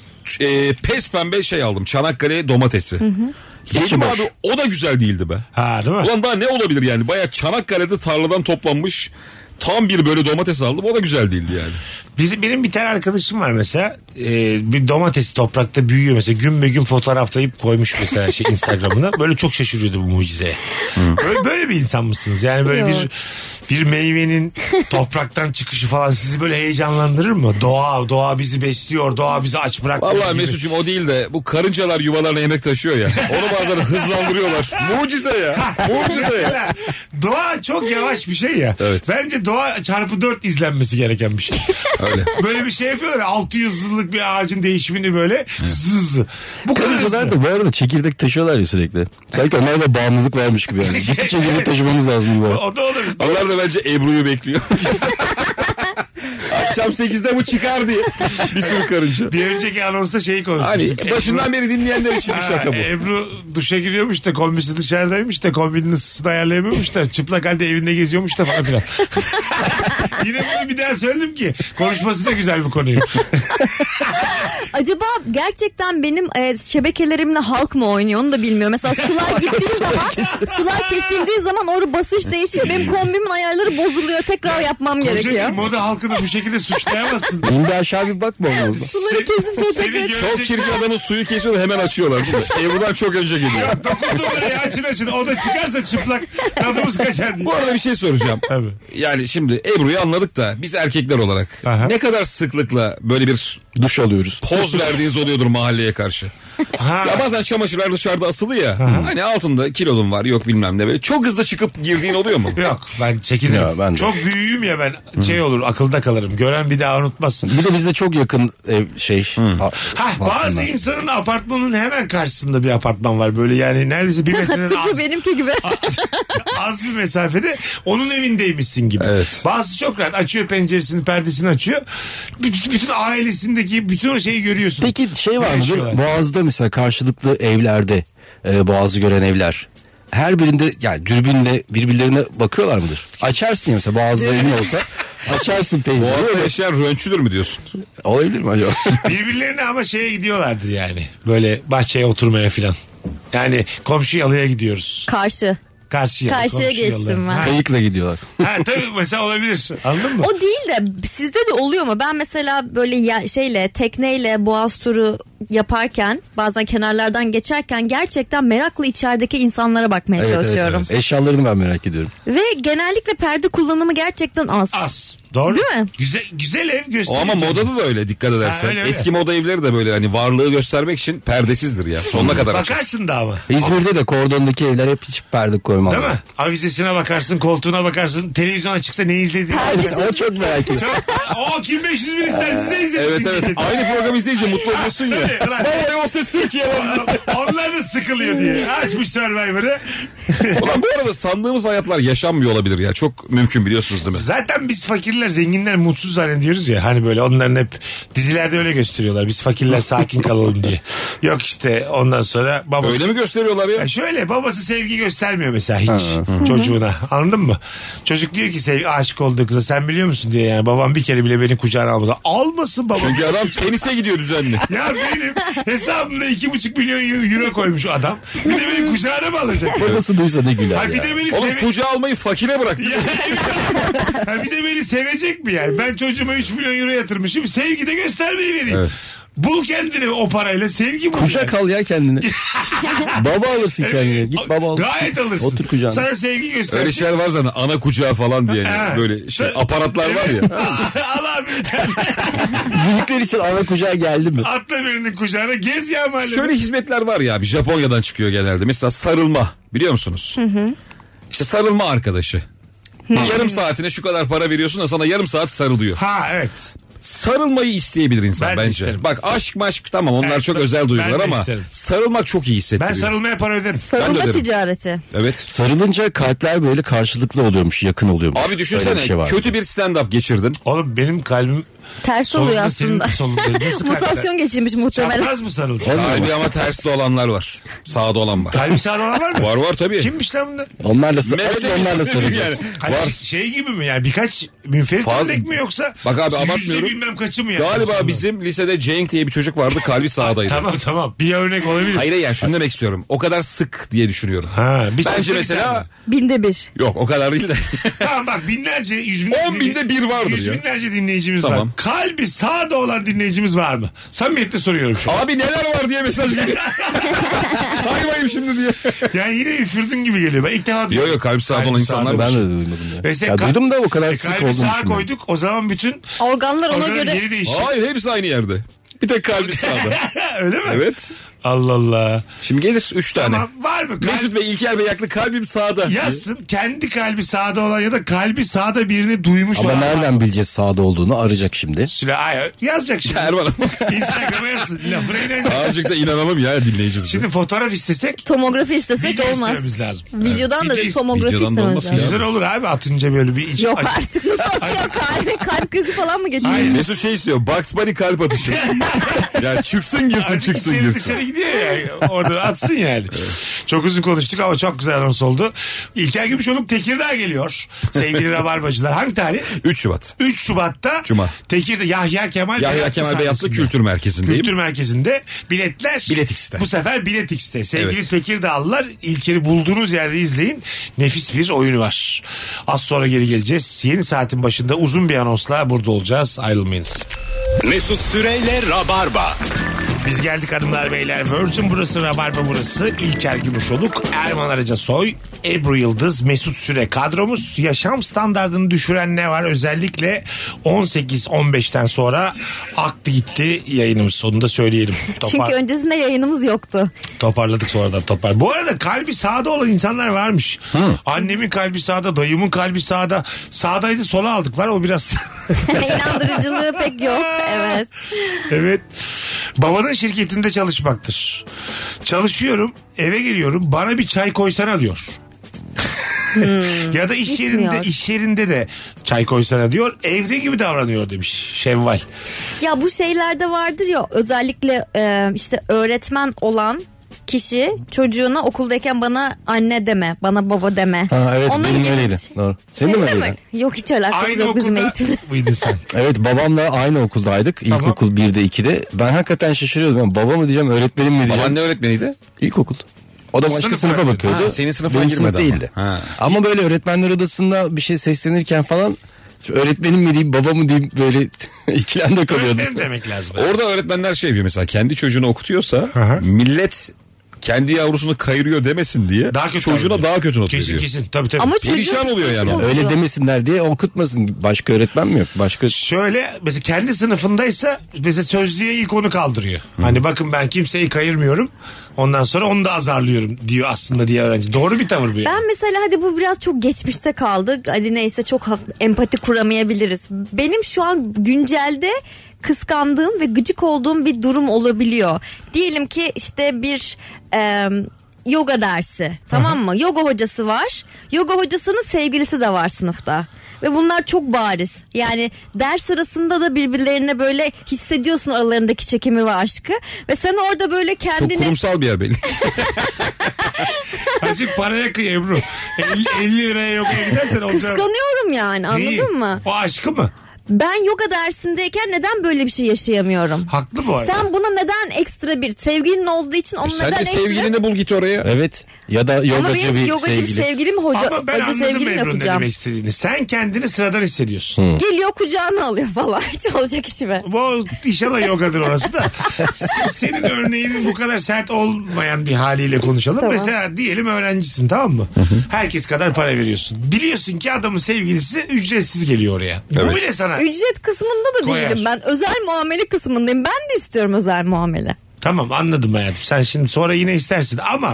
e, pes pembe şey aldım. Çanakkale domatesi. Yedim boş. abi o da güzel değildi be. Ha değil mi? Ulan daha ne olabilir yani? Baya Çanakkale'de tarladan toplanmış tam bir böyle domates aldım. O da güzel değildi yani. Bizim, benim bir tane arkadaşım var mesela. Ee, bir domates toprakta büyüyor mesela. Gün be gün fotoğraflayıp koymuş mesela şey Instagram'ına. Böyle çok şaşırıyordu bu mucizeye. Böyle, böyle bir insan mısınız? Yani böyle Yok. bir bir meyvenin topraktan çıkışı falan sizi böyle heyecanlandırır mı? Doğa, doğa bizi besliyor. Doğa bizi aç bırakmıyor. Vallahi gibi. Mesut'cum o değil de bu karıncalar yuvalarına yemek taşıyor ya. Onu bazen hızlandırıyorlar. Mucize ya. Mucize ya. Mesela doğa çok yavaş bir şey ya. Evet. Bence doğa çarpı dört izlenmesi gereken bir şey. Öyle. Böyle bir şey yapıyorlar ya, altı yüz yıllık bir ağacın değişimini böyle hızlı hızlı. Bu kadar Karıncalar hızlı. da bu arada çekirdek taşıyorlar ya sürekli. Sanki onlara da bağımlılık varmış gibi yani. Ciddi çekirdek taşımamız lazım bu. O da olur. Onlar da bence Ebru'yu bekliyor. Akşam sekizde bu çıkar diye. Bir sürü karınca. Bir önceki anonsta şeyi konuşmuştuk. Hani başından beri dinleyenler için bir şaka bu. Ebru duşa giriyormuş da kombisi dışarıdaymış da kombinin ısısını ayarlayamıyormuş da çıplak halde evinde geziyormuş da falan filan. Yine bunu bir daha söyledim ki konuşması da güzel bu konuyu. Acaba gerçekten benim e, şebekelerimle halk mı oynuyor onu da bilmiyorum. Mesela sular gittiği zaman, sular kesildiği zaman orada basınç değişiyor. Benim kombimin ayarları bozuluyor. Tekrar yapmam Koca gerekiyor. bir moda halkını bu şekilde suçlayamazsın. İndi aşağı bir bakma olmaz. Suları kesip sonra Seni tekrar... görecek- Çok çirkin adamın suyu kesiyor da hemen açıyorlar. Ebru'dan çok önce geliyor. Dokunduğum oraya açın açın. O da çıkarsa çıplak tadımız kaçar diye. Bu arada bir şey soracağım. Tabii. Yani şimdi Ebru'yu anladık da biz erkekler olarak Aha. ne kadar sıklıkla böyle bir Duş alıyoruz. poz verdiğiniz oluyordur mahalleye karşı. Ha. Ya bazen çamaşırlar dışarıda asılı ya. Hani altında kilodun var yok bilmem ne böyle. Çok hızlı çıkıp girdiğin oluyor mu? Yok ben çekinirim. Ya, ben de. Çok büyüğüm ya ben şey olur akılda kalırım. Gören bir daha unutmazsın. Bir de bizde çok yakın ev şey. a- Ha bazı apartmanlar. insanın apartmanın hemen karşısında bir apartman var. Böyle yani neredeyse bir metreden Tıpkı az, benimki gibi. az bir mesafede onun evindeymişsin gibi. Evet. Bazı çok rahat açıyor penceresini perdesini açıyor. B- bütün ailesindeki bütün o şeyi görüyorsun. Peki şey var Ne mıdır? yaşıyorlar? Boğaz'da mesela karşılıklı evlerde e, Boğaz'ı gören evler. Her birinde yani dürbünle birbirlerine bakıyorlar mıdır? Açarsın ya mesela Boğaz'da evin olsa açarsın pencereyi. Boğaz'da yaşayan rönçüdür mü diyorsun? Olabilir mi acaba? Birbirlerine ama şeye gidiyorlardı yani. Böyle bahçeye oturmaya filan. Yani komşu yalıya gidiyoruz. Karşı. Karşıya. Karşıya komşu geçtim yalıya. ben. Ha, Kayıkla gidiyorlar. ha, tabii mesela olabilir. Anladın mı? O değil de sizde de oluyor mu? Ben mesela böyle ya, şeyle tekneyle boğaz turu yaparken bazen kenarlardan geçerken gerçekten merakla içerideki insanlara bakmaya Evet, evet, çalışıyorum. evet. Eşyalarını ben merak ediyorum. Ve genellikle perde kullanımı gerçekten az. Az. Doğru. Değil mi? Güzel, güzel ev O gösteriyor. ama modada da öyle dikkat edersen. Ha, öyle, öyle. Eski moda evleri de böyle hani varlığı göstermek için perdesizdir ya. Sonuna kadar açık. Bakarsın da ama. İzmir'de de kordondaki evler hep hiç perde koymaz. Değil mi? Avizesine bakarsın, koltuğuna bakarsın, televizyona çıksa ne izlediğini. O çok merak ediyorum. Çok, o kim beş yüz bin ister biz de izledik. Evet evet. Aynı programı izleyince mutlu oluyorsun ya. Tabii, ulan. Vallahi o ses Türkiye lan. Onlar da sıkılıyor diye. Açmış Survivor'ı. Ulan bu arada sandığımız hayatlar yaşanmıyor olabilir ya. Çok mümkün biliyorsunuz değil mi? Zaten biz fakirler, zenginler mutsuz zannediyoruz ya. Hani böyle onların hep dizilerde öyle gösteriyorlar. Biz fakirler sakin kalalım diye. Yok işte ondan sonra babası... Öyle mi gösteriyorlar ya? Ya şöyle babası sevgi göstermiyor mesela hiç çocuğuna. Anladın mı? Çocuk diyor ki sevgi, aşık olduğu kıza sen biliyor musun diye yani. Babam bir kere bile beni kucağına almadı. Almasın babam. Çünkü adam tenise gidiyor düzenli. Ya benim hesabımda iki buçuk milyon euro koymuş adam. Bir de beni kucağına mı alacak? Babası duysa ne güler Ha, ya. bir de beni Oğlum seve... kucağa almayı fakire bıraktı. Ya, ha, bir de beni sevecek mi yani? Ben çocuğuma üç milyon euro yatırmışım. Sevgi de göstermeyi vereyim. Evet. Bul kendine o parayla sevgi bul. Kucak yani. al ya kendini. Baba alırsın kendine. Git baba al. Gayet alırsın. Otur kucağına. Sana sevgi göster. Öyle şeyler var zaten ana kucağı falan diye. Ha. Böyle şey Evet. aparatlar var ya. Al abi bir tane. Büyükler için ana kucağa geldi mi? Atla birinin kucağına gez ya mahallede. Şöyle hizmetler var ya abi Japonya'dan çıkıyor genelde. Mesela sarılma biliyor musunuz? Hı hı. İşte sarılma arkadaşı. Yarım saatine şu kadar para veriyorsun da sana yarım saat sarılıyor. Ha evet. Sarılmayı isteyebilir insan Ben de bence. isterim. Bak aşk maşk tamam onlar Evet, çok ben- özel ben duygular de ama isterim. sarılmak çok iyi Ben hissettiriyor. sarılmaya para öderim. Ben de Sarılma öderim. ticareti. Evet. Sarılınca kalpler böyle karşılıklı oluyormuş, yakın oluyormuş. Abi Öyle düşünsene bir şey var. kötü bir stand-up geçirdin. Oğlum benim kalbim Ters oluyor solunda senin aslında. de solunda. Nasıl Mutasyon kalpler? geçirmiş muhtemelen. Çapraz mı sarılacak? Kalbi ama terste olanlar var. Sağda olan var. Kalbi sağda olan var mı? Var var tabii. Kimmiş lan bunlar? Onlarla, asıl Mehmet- onlarla sarılacaksın. Yani. Hani Var. şey gibi mi yani birkaç münferit Fazla- örnek mi yoksa? Bak abi, yüzde abartmıyorum. bilmem kaçı mı yani? Galiba aslında? bizim lisede Cenk diye bir çocuk vardı kalbi sağdaydı. Tamam tamam bir örnek olabilir. Hayır yani şunu demek istiyorum. O kadar sık diye düşünüyorum. Ha, biz Bence sonuçta bir mesela tane. Binde bir. yok o kadar değil de. Tamam bak binlerce yüz binlerce. On binde bir vardır Yüz ya. binlerce dinleyicimiz Tamam. var. Kalbi sağda olan dinleyicimiz var mı? Samimiyetle soruyorum şu an. Abi neler var diye mesaj geliyor. Saymayayım şimdi diye. Yani yine üfürdün gibi geliyor. Ben ilk defa Yok yok kalbi sağda olan insanlar var. Ben de duymadım ya. Mesela Ya ka- duydum da o kadar E, sık kalbi olduğunu sağa düşünmüyorum. koyduk o zaman bütün Organlar ona organın göre yeri değişecek. Hayır hepsi aynı yerde. Bir tek kalbi sağda. Öyle mi? Evet. Allah Allah. Şimdi gelir üç tane. Tamam, var mı? Kalp... Mesut Bey, İlker Bey yaklı, kalbim sağda. Yazsın. Kendi kalbi sağda olan ya da kalbi sağda birini duymuş Ama olan. nereden bileceğiz sağda olduğunu? Arayacak şimdi. Süle, ay, yazacak şimdi. Erman. Instagram'a yazsın. Lafına inanın. Azıcık da inanamam ya dinleyicimize. Şimdi fotoğraf istesek. Tomografi istesek Video olmaz. istememiz lazım. Videodan Evet. da Video tomografi Videodan da istememiz olmaz lazım. Güzel olur abi, atınca böyle bir iç. Yok acı- artık nasıl atıyor kalbi? Kalp krizi falan mı geçiyor? Hayır. Mesut şey istiyor. Bugs Bunny kalp atışı. Ya çıksın girsin, Azıcık çıksın içeri girsin. dışarı gidiyor ya. Orada atsın yani. Çok uzun konuştuk ama çok güzel anons oldu. İlker Gümüşoluk Tekirdağ geliyor. Sevgili Rabarbacılar. Hangi tarih? üç Şubat. üç Şubat'ta. Cuma. Tekirdağ Yahya Kemal Yahya Beyatlı Kemal Beyatlı sahnesinde. Kültür Merkezi'ndeyim. Kültür Merkezi'nde biletler. Bilet X'te. Bu sefer Bilet X'te. Sevgili Evet. Tekirdağlılar, İlker'i bulduğunuz yerde izleyin. Nefis bir oyunu var. Az sonra geri geleceğiz. Yeni saatin başında uzun bir anonsla burada olacağız. Ayrılmayınız. Mesut Süreyle Rabarba. Biz geldik hanımlar beyler. Virgin burası, Rabarba burası. İlker Gümüşoluk, Erman Arıcasoy, Ebru Yıldız, Mesut Süre kadromuz. Yaşam standartını düşüren ne var? Özellikle on sekiz on beşten sonra aktı gitti yayınımız, sonunda söyleyelim. Topar- Çünkü öncesinde yayınımız yoktu. Toparladık sonradan topar. Bu arada kalbi sağda olan insanlar varmış. Annemin kalbi sağda, dayımın kalbi sağda. Sağdaydı, sola aldık var o biraz. İnandırıcılığı pek yok. Evet. Evet. Babanın şirketinde çalışmaktır. Çalışıyorum, eve geliyorum, bana bir çay koysana diyor. Ya da iş Gitmiyor. yerinde iş yerinde de çay koysana diyor. Evde gibi davranıyor demiş Şevval. Ya bu şeylerde vardır ya, özellikle e, işte öğretmen olan kişi çocuğuna okuldayken bana anne deme, bana baba deme. Ha, evet Onun benim gibi- öyleydi. Doğru. Senin, de mi öyleydi? Yok, hiç alakamız Aynı yok bizim okulda eğitimle. mıydın sen? Evet, babamla aynı okuldaydık. Tamam. İlkokul birde ikide. Ben hakikaten şaşırıyordum. Yani baba mı diyeceğim, öğretmenim mi diyeceğim. Baban ne öğretmeniydi? İlkokul. O da başka Sınıf sınıfa öğretmeni. bakıyordu. Ha, senin sınıfına Benim girmedi sınıf ama. değildi. Ha. Ama böyle öğretmenler odasında bir şey seslenirken falan öğretmenim mi diyeyim, baba mı diyeyim, böyle ikilemde kalıyordum. Öğretmenim demek lazım. Orada öğretmenler şey yapıyor mesela, kendi çocuğunu okutuyorsa Aha. millet kendi yavrusunu kayırıyor demesin diye Daha kötü çocuğuna davranıyor. daha kötü not Kesin veriyor. kesin. Tabii tabii. Ama Perişan çocuğun oluyor yani. psikolojisi Öyle bozuyor. demesinler diye okutmasın. Başka öğretmen mi yok? Başka Şöyle mesela kendi sınıfındaysa mesela sözlüğe ilk onu kaldırıyor. Hani bakın ben kimseyi kayırmıyorum. Ondan sonra onu da azarlıyorum diyor aslında diye öğrenci. Doğru bir tavır bu yani. Ben mesela, hadi bu biraz çok geçmişte kaldı. Hadi neyse, çok haf- empati kuramayabiliriz. Benim şu an güncelde kıskandığım ve gıcık olduğum bir durum olabiliyor. Diyelim ki işte bir e, yoga dersi, tamam mı? Yoga hocası var. Yoga hocasının sevgilisi de var sınıfta. Ve bunlar çok bariz. Yani ders sırasında da birbirlerine böyle hissediyorsun aralarındaki çekimi ve aşkı. Ve sen orada böyle Çok kendini... kurumsal bir yer benim. Azıcık paraya kıy Ebru. elli, elli liraya yogaya gidersen olacak. Kıskanıyorum yani, anladın Neyi? mı? O aşkı mı? Ben yoga dersindeyken neden böyle bir şey yaşayamıyorum? Haklı bu arada. Sen buna neden ekstra bir sevgilin olduğu için onu Sen neden de ekstra... sevgilini bul git oraya. evet, ya da Ama yogacı benim bir yogacı bir sevgili. sevgilim, hoca, Ama ben hoca anladım sevgilim Ebru'nun ne yapacağım. demek istediğini. Sen kendini sıradan hissediyorsun. Geliyor kucağına alıyor falan. Hiç olacak iş mi? Bu inşallah yogadır orası da. Senin örneğinin bu kadar sert olmayan bir haliyle konuşalım. Tamam. Mesela diyelim öğrencisin, tamam mı? Herkes kadar para veriyorsun. Biliyorsun ki adamın sevgilisi ücretsiz geliyor oraya. Bu Evet. bile sana... Ücret kısmında da Koyar. değilim ben. Özel muamele kısmındayım. Ben de istiyorum özel muamele. Tamam, anladım hayatım. Sen şimdi sonra yine istersin ama...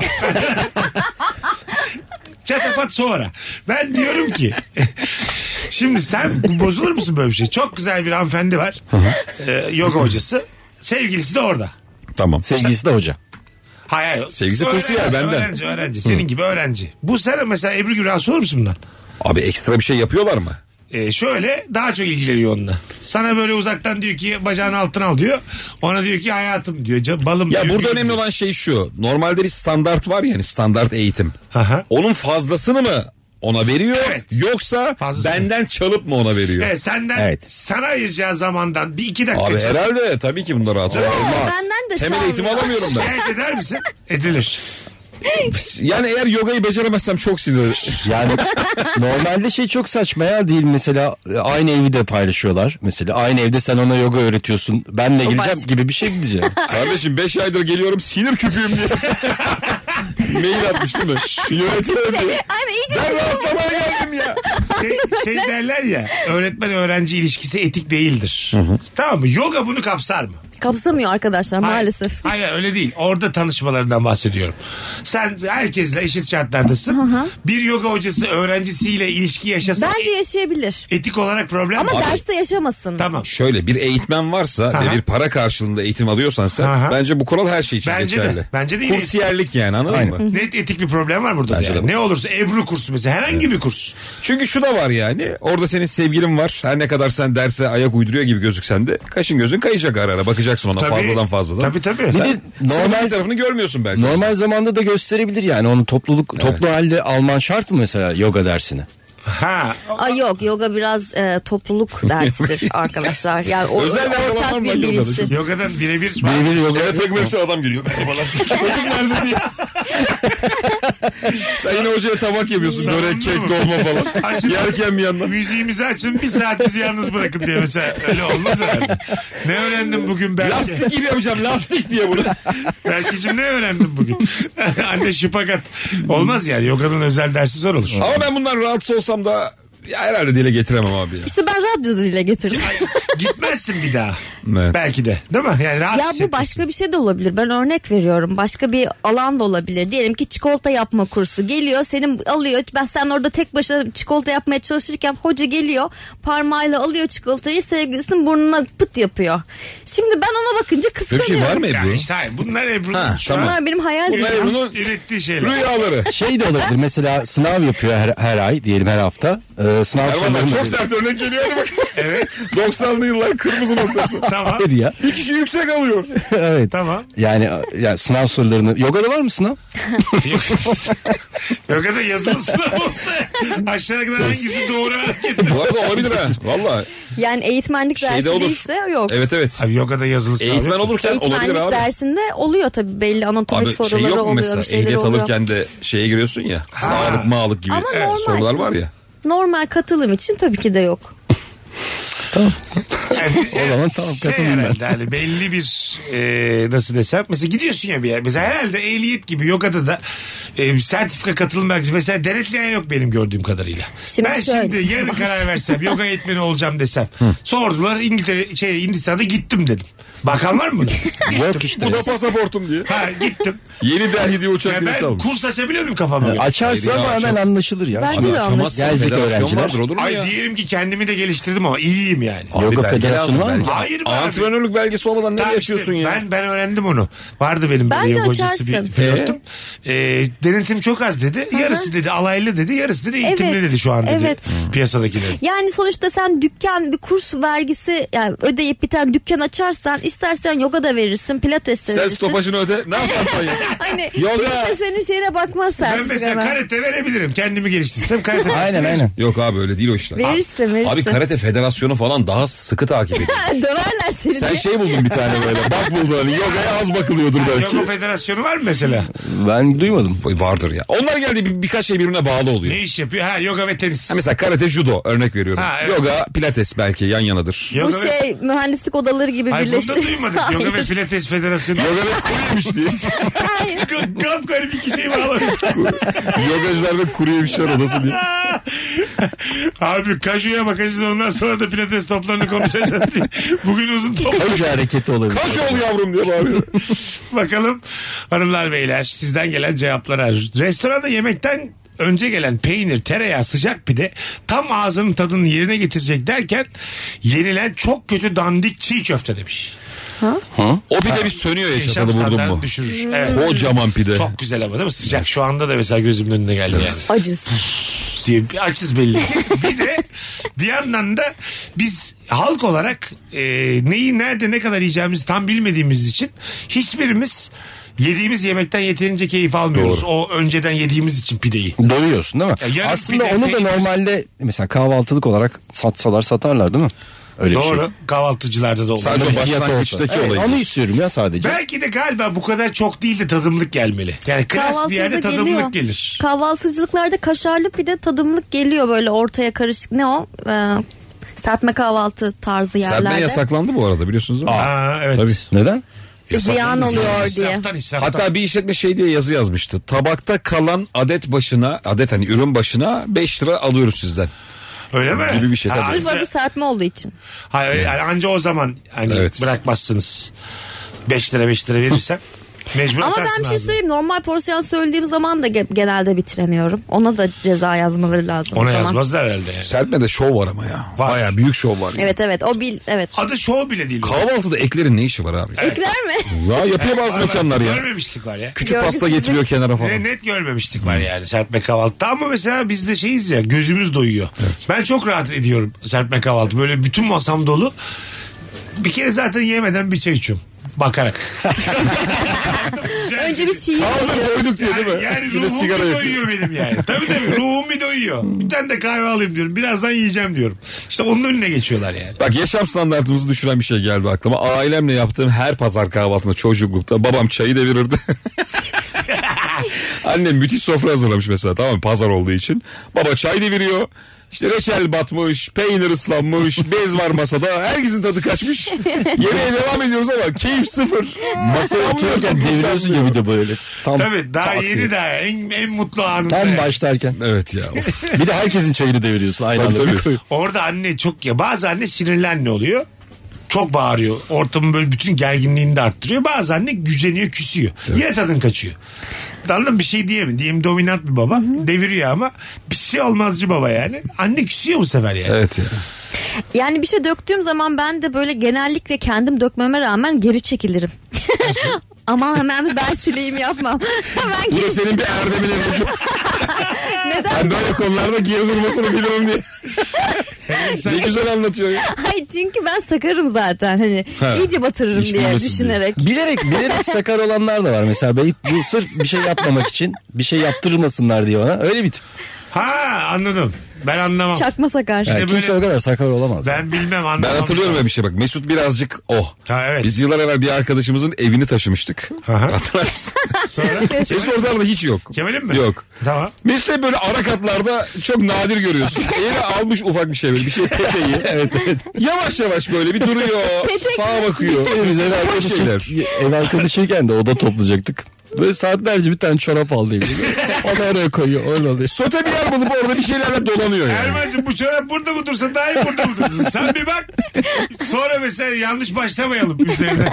Çatapat sonra. Ben diyorum ki... Şimdi sen bozulur musun böyle bir şey? Çok güzel bir hanımefendi var. Ee, yoga hocası. Sevgilisi de orada. Tamam. Sevgilisi de hoca. Hayır hayır. Sevgilisi kursiyer benden. Öğrenci öğrenci. Senin gibi öğrenci. Bu sene mesela Ebru gibi rahatsız olur musun bundan? Abi ekstra bir şey yapıyorlar mı? Ee, şöyle daha çok ilgileniyor onunla. Sana böyle uzaktan diyor ki bacağını altına al diyor. Ona diyor ki hayatım diyor. ca- Balım Ya diyor. burada gülüm önemli diyor. olan şey şu. Normalde bir standart var yani, standart eğitim. Aha. Onun fazlasını mı ona veriyor, Evet. yoksa Fazlasını. benden çalıp mı ona veriyor? Evet, senden Evet. sana ayıracağı zamandan bir iki dakika Abi çalış- herhalde tabii ki bunda rahat olmaz. Benden de Temel eğitim çalmıyor. alamıyorum ben. Şikayet eder misin? Edilir. Yani eğer yogayı beceremezsem çok sinirlenir. Yani normalde şey çok saçma ya, değil mesela aynı evi de paylaşıyorlar. Mesela aynı evde sen ona yoga öğretiyorsun. Ben de geleceğim başka. gibi bir şey gideceğim. Kardeşim beş aydır geliyorum sinir küpüyüm diye. Mail atmış değil mi? Yönetiyor diye. Aynen, iyice Ben rahatlamaya geldim ya. Şey, şey derler ya, öğretmen öğrenci ilişkisi etik değildir. Tamam mı? Yoga bunu kapsar mı? Kapsamıyor arkadaşlar maalesef. Hayır, hayır öyle değil. Orada tanışmalarından bahsediyorum. Sen herkesle eşit şartlardasın. Hı hı. Bir yoga hocası öğrencisiyle ilişki yaşasa bence yaşayabilir. Etik olarak problem ama mi? derste yaşamasın. Tamam. Şöyle bir eğitmen varsa Aha. ve bir para karşılığında eğitim alıyorsan sen Aha. bence bu kural her şey için bence geçerli. De, bence de. Kursiyerlik yani, anladın Aynen. mı? Net etik bir problem var burada. Yani. Ne olursa Ebru kursu mesela, herhangi evet. bir kurs. Çünkü şu da var yani, orada senin sevgilin var. Her ne kadar sen derse ayak uyduruyor gibi gözüksen de kaşın gözün kayacak ara ara. Bakacaksın ona tabii, fazladan fazladan. Tabii tabii. Sen normal tarafını görmüyorsun belki. Normal zamanda da gösterebilir yani. Onu topluluk evet. toplu halde alman şart mı mesela yoga dersini? Ha. Aa, yok, yoga biraz e, topluluk dersidir arkadaşlar. Yani o özel ortak bir bilinçtir. Yogadan birebir birebir yoga eve takım hepsi adam geliyor. Çocuk nerede diye. Sen yine hocaya tabak yapıyorsun. Börek, kek, dolma falan. Açın, yerken bir yandan. Müziğimizi açın, bir saat bizi yalnız bırakın diye mesela. Öyle olmaz herhalde. Ne öğrendim bugün belki? Lastik gibi yapacağım, lastik diye bunu. Belki'cim ne öğrendim bugün? Anne şıpakat. Olmaz yani, yoganın özel dersi zor olur. Ama ben bundan rahatsız olsam da ya herhalde dile getiremem abi ya. İşte ben radyoda dile getirdim. Gitmezsin bir daha. Evet. Belki de. Değil mi? Yani rahat ya bu başka bir şey de olabilir. Ben örnek veriyorum. Başka bir alan da olabilir. Diyelim ki çikolata yapma kursu geliyor. Senin alıyor. Ben sen orada tek başına çikolata yapmaya çalışırken hoca geliyor. Parmağıyla alıyor çikolatayı. Sevgilisinin burnuna pıt yapıyor. Şimdi ben ona bakınca kıskanıyorum. Bir şey var mı Ebru? Ya işte hayır. Bunlar Ebru'nun ha, şu tamam. Bunlar benim hayal Bunlar Ebru'nun ürettiği şeyler. Rüyaları. Şey de olabilir. Mesela sınav yapıyor her, her ay diyelim her hafta. Ee, sınav sorularını çok sert örnek geliyor bak. Evet. doksanlı yıllar kırmızı noktası. Tamam. Ya. Bir kişi yüksek alıyor. Evet. Tamam. Yani, yani sınav sorularını. Yogada var mı sınav? Yogada yazılı sınav olsa aşağıya kadar hangisi doğru hareket. Bu arada olabilir ha. Valla. Yani eğitmenlik Şeyde dersi olur. değilse yok. Evet evet. Abi yogada yazılı sınav. Eğitmen olurken eğitmenlik olabilir abi. dersinde oluyor tabii, belli anatomik abi, soruları şey yok oluyor. mesela, Bir şeyler ehliyet oluyor. alırken de şeye giriyorsun ya. Ha. Sağlık mağlık gibi evet, sorular var ya. Normal katılım için tabii ki de yok. Tamam. Yani, o zaman tamam şey katılayım ben. Yani belli bir e, nasıl desem, mesela gidiyorsun ya bir yer. Mesela herhalde ehliyet gibi yogada da e, sertifika katılmak için mesela denetleyen yok benim gördüğüm kadarıyla. Şimdi ben şöyle. şimdi yarın karar versem yoga eğitmeni olacağım desem. Sordular, İngiltere şey Hindistan'da gittim dedim. Bakan var mı? Yok işte. Bu da pasaportum diye. Ha gittim. Yeni Delhi diye uçak yani bileti ben aldım. kurs açabiliyor muyum kafama göre? Açarsa ama hemen çok... anlaşılır ya. Bence de anlaşılır. Gelecek öğrenciler. Vardır, olur mu Ay ya? diyelim ki kendimi de geliştirdim ama iyiyim yani. Abi, yoga federasyonu var mı? Hayır be abi. Antrenörlük belgesi olmadan ne tamam yapıyorsun işte, ya? Ben ben öğrendim onu. Vardı benim böyle yoga hocası bir flörtüm. Ee? E, denetim çok az dedi. Hı-hı. Yarısı dedi alaylı dedi. Yarısı dedi eğitimli evet. dedi şu an dedi. Evet. Piyasadakileri. Yani sonuçta sen dükkan, bir kurs vergisi yani ödeyip bir tane dükkan açarsan, istersen yoga da verirsin, pilates de verirsin. Sen stopajını öde. Ne yaparsan ya? Hani yoga. Kimse senin şeyine bakmaz sertifikana. Ben mesela karate verebilirim. Kendimi geliştirsem karate verirsin. Aynen aynen. Yok abi öyle değil o işler. Verirsin verirsin. Abi karate federasyonu falan daha sıkı takip ediyor. Döverler seni. Sen şey buldun bir tane böyle. Bak buldun hani yogaya az bakılıyordur belki. Yoga federasyonu var mı mesela? Ben duymadım. Vardır ya. Onlar geldi bir, birkaç şey birbirine bağlı oluyor. Ne iş yapıyor? Ha yoga ve tenis. Ha, mesela karate judo örnek veriyorum. Ha, evet. Yoga pilates belki yan yanadır. Bu yoga şey ve... mühendislik odaları gibi Hayır, birleşti. Hayır bunu da duymadık. Yoga ve pilates federasyonu. Yoga ve kuruymuş diye. Hayır. Kapkarı bir kişiyi bağlamışlar. Yogacılar ve kuru yemişler odası diye. Abi kajuya bakacağız, ondan sonra da pilates toplarını konuşacağız diye. Bugün uzun top. Kaju hareketi olabilir. Kaju ol yavrum diye bağırıyor. Bakalım hanımlar beyler sizden gelen cevaplara. Restoranda yemekten önce gelen peynir, tereyağı, sıcak pide tam ağzının tadını yerine getirecek derken yenilen çok kötü dandik çiğ köfte demiş. Ha? Ha? O pide bir sönüyor ya, çatalı vurdun mu? Düşürür. Evet. Kocaman pide. Çok güzel ama değil mi? Sıcak. Şu anda da mesela gözümün önüne geldi evet. yani. Acız. Diye açız belli ki. Bir de bir yandan da biz halk olarak e, neyi nerede ne kadar yiyeceğimizi tam bilmediğimiz için hiçbirimiz yediğimiz yemekten yeterince keyif almıyoruz. Doğru. O önceden yediğimiz için pideyi. Doyuyorsun değil mi? Ya aslında onu da normalde mesela kahvaltılık olarak satsalar satarlar değil mi? Öyle doğru. Bir şey. Kahvaltıcılarda da olur. Sadece başlangıçtaki evet, olayı. onu istiyorum ya sadece. Belki de galiba bu kadar çok değil de tadımlık gelmeli. Yani klas bir yerde tadımlık geliyor. Gelir. Kahvaltıcılıklarda kaşarlı pide tadımlık geliyor böyle ortaya karışık. Ne o? Ee, serpme kahvaltı tarzı yerlerde. Serpme yasaklandı bu arada, biliyorsunuz değil mi? Aa, evet. Tabii. Neden? Ziyan oluyor diye. İsraftan, israftan. Hatta bir işletme şey diye yazı yazmıştı. Tabakta kalan adet başına, adet hani ürün başına beş lira alıyoruz sizden. Öyle mi? Gibi bir şey tabii. Sırf adı serpme olduğu için. Hayır yani anca o zaman hani Evet. bırakmazsınız. beş lira beş lira verirsen mecbur Ama atarsın ben bir şey ağzına. söyleyeyim. Normal porsiyon söylediğim zaman da ge- genelde bitiremiyorum. Ona da ceza yazmaları lazım. Ona o zaman. yazmazlar herhalde yani. Serpme'de şov var ama ya. Var. Baya büyük şov var. Evet evet o bil evet. Adı şov bile değil. Kahvaltıda eklerin ne işi var abi? Ekler mi? Ya yapıyor bazı Var, var. mekanlar ya. Görmemişlik var ya. Küçük pasta Görgüsüzlük. getiriyor kenara falan. Ne, net görmemişlik var yani serpme kahvaltıda ama mesela biz de şeyiz ya gözümüz doyuyor. Ben çok rahat ediyorum serpme kahvaltı. Böyle bütün masam dolu. Bir kere zaten yemeden bir çay içiyorum. Bakarak. Önce bir şiir Kaldır yazıyorum. koyduk diyor değil mi? Yani, yani Bir de ruhum sigara bir yakıyor. doyuyor benim yani. Tabii tabii ruhum bir doyuyor. Bir tane de kahve alayım diyorum. Birazdan yiyeceğim diyorum. İşte onun önüne geçiyorlar yani. Bak yaşam standartımızı düşüren bir şey geldi aklıma. Ailemle yaptığım her pazar kahvaltısında çocuklukta babam çayı devirirdi. Annem müthiş sofra hazırlamış mesela, tamam mı? Pazar olduğu için. Baba çay deviriyor. İşte reçel batmış, peynir ıslanmış, bez var masada. Herkesin tadı kaçmış. Yemeğe devam ediyoruz ama keyif sıfır. Masaya otururken deviriyorsun ya bir de böyle. Tam Tabii daha tak yeni diye. daha en, en mutlu anında. Tam yani. başlarken. Evet ya. Of. Bir de herkesin çayını deviriyorsun. Aynı Tabii, anda tabii. bir koy. Orada anne çok ya bazı anne sinirli anne oluyor. Çok bağırıyor. Ortamın böyle bütün gerginliğini de arttırıyor. Bazı anne güceniyor, küsüyor. Yine tadın kaçıyor. Anladın mı? Bir şey diyeyim. Diyeyim dominant bir baba. Deviriyor ama bir şey olmazcı baba yani. Anne küsüyor bu sefer yani. Evet ya. Yani bir şey döktüğüm zaman ben de böyle genellikle kendim dökmeme rağmen geri çekilirim. Ama hemen ben sileyim yapmam. Hemen Bu da geri... senin bir erdemin Ebru'cum. Neden? Ben böyle konularda geri durmasını bilirim diye. Ne güzel anlatıyor ya. Hayır çünkü ben sakarım zaten. Hani Ha. iyice batırırım Hiç diye bilmesin düşünerek. Bilerek bilerek sakar olanlar da var mesela. Ben bu sırf bir şey yapmamak için bir şey yaptırmasınlar diye ona. Öyle bir tip. Ha anladım. Ben anlamam. Çakma sakar. Yani de kimse böyle- o kadar sakar olamaz. Ben bilmem anlamam. Ben hatırlıyorum ya bir şey bak. Mesut birazcık oh. Ha, evet. Biz yıllar evvel bir arkadaşımızın evini taşımıştık. Aha. Hatırlar mısın? Sonra Mesut ortalarda hiç yok. Kemal'in mi? Yok. Tamam. Mesut hep böyle ara katlarda çok nadir görüyorsun. Eline almış ufak bir şey böyle bir şey peteği. evet, evet. Yavaş yavaş böyle bir duruyor. Sağa bakıyor. Biz ev Ufak arkadaşı, şeyler. ev arkadaşıyken de oda toplayacaktık. Böyle saatlerce bir tane çorap aldı eline. Onu oraya koyuyor. Orada alıyor. Sote bir yer bulup orada bir şeylerle dolanıyor yani. Erman'cığım bu çorap burada mı dursa daha iyi burada mı dursun? Sen bir bak. Sonra mesela yanlış başlamayalım üzerine.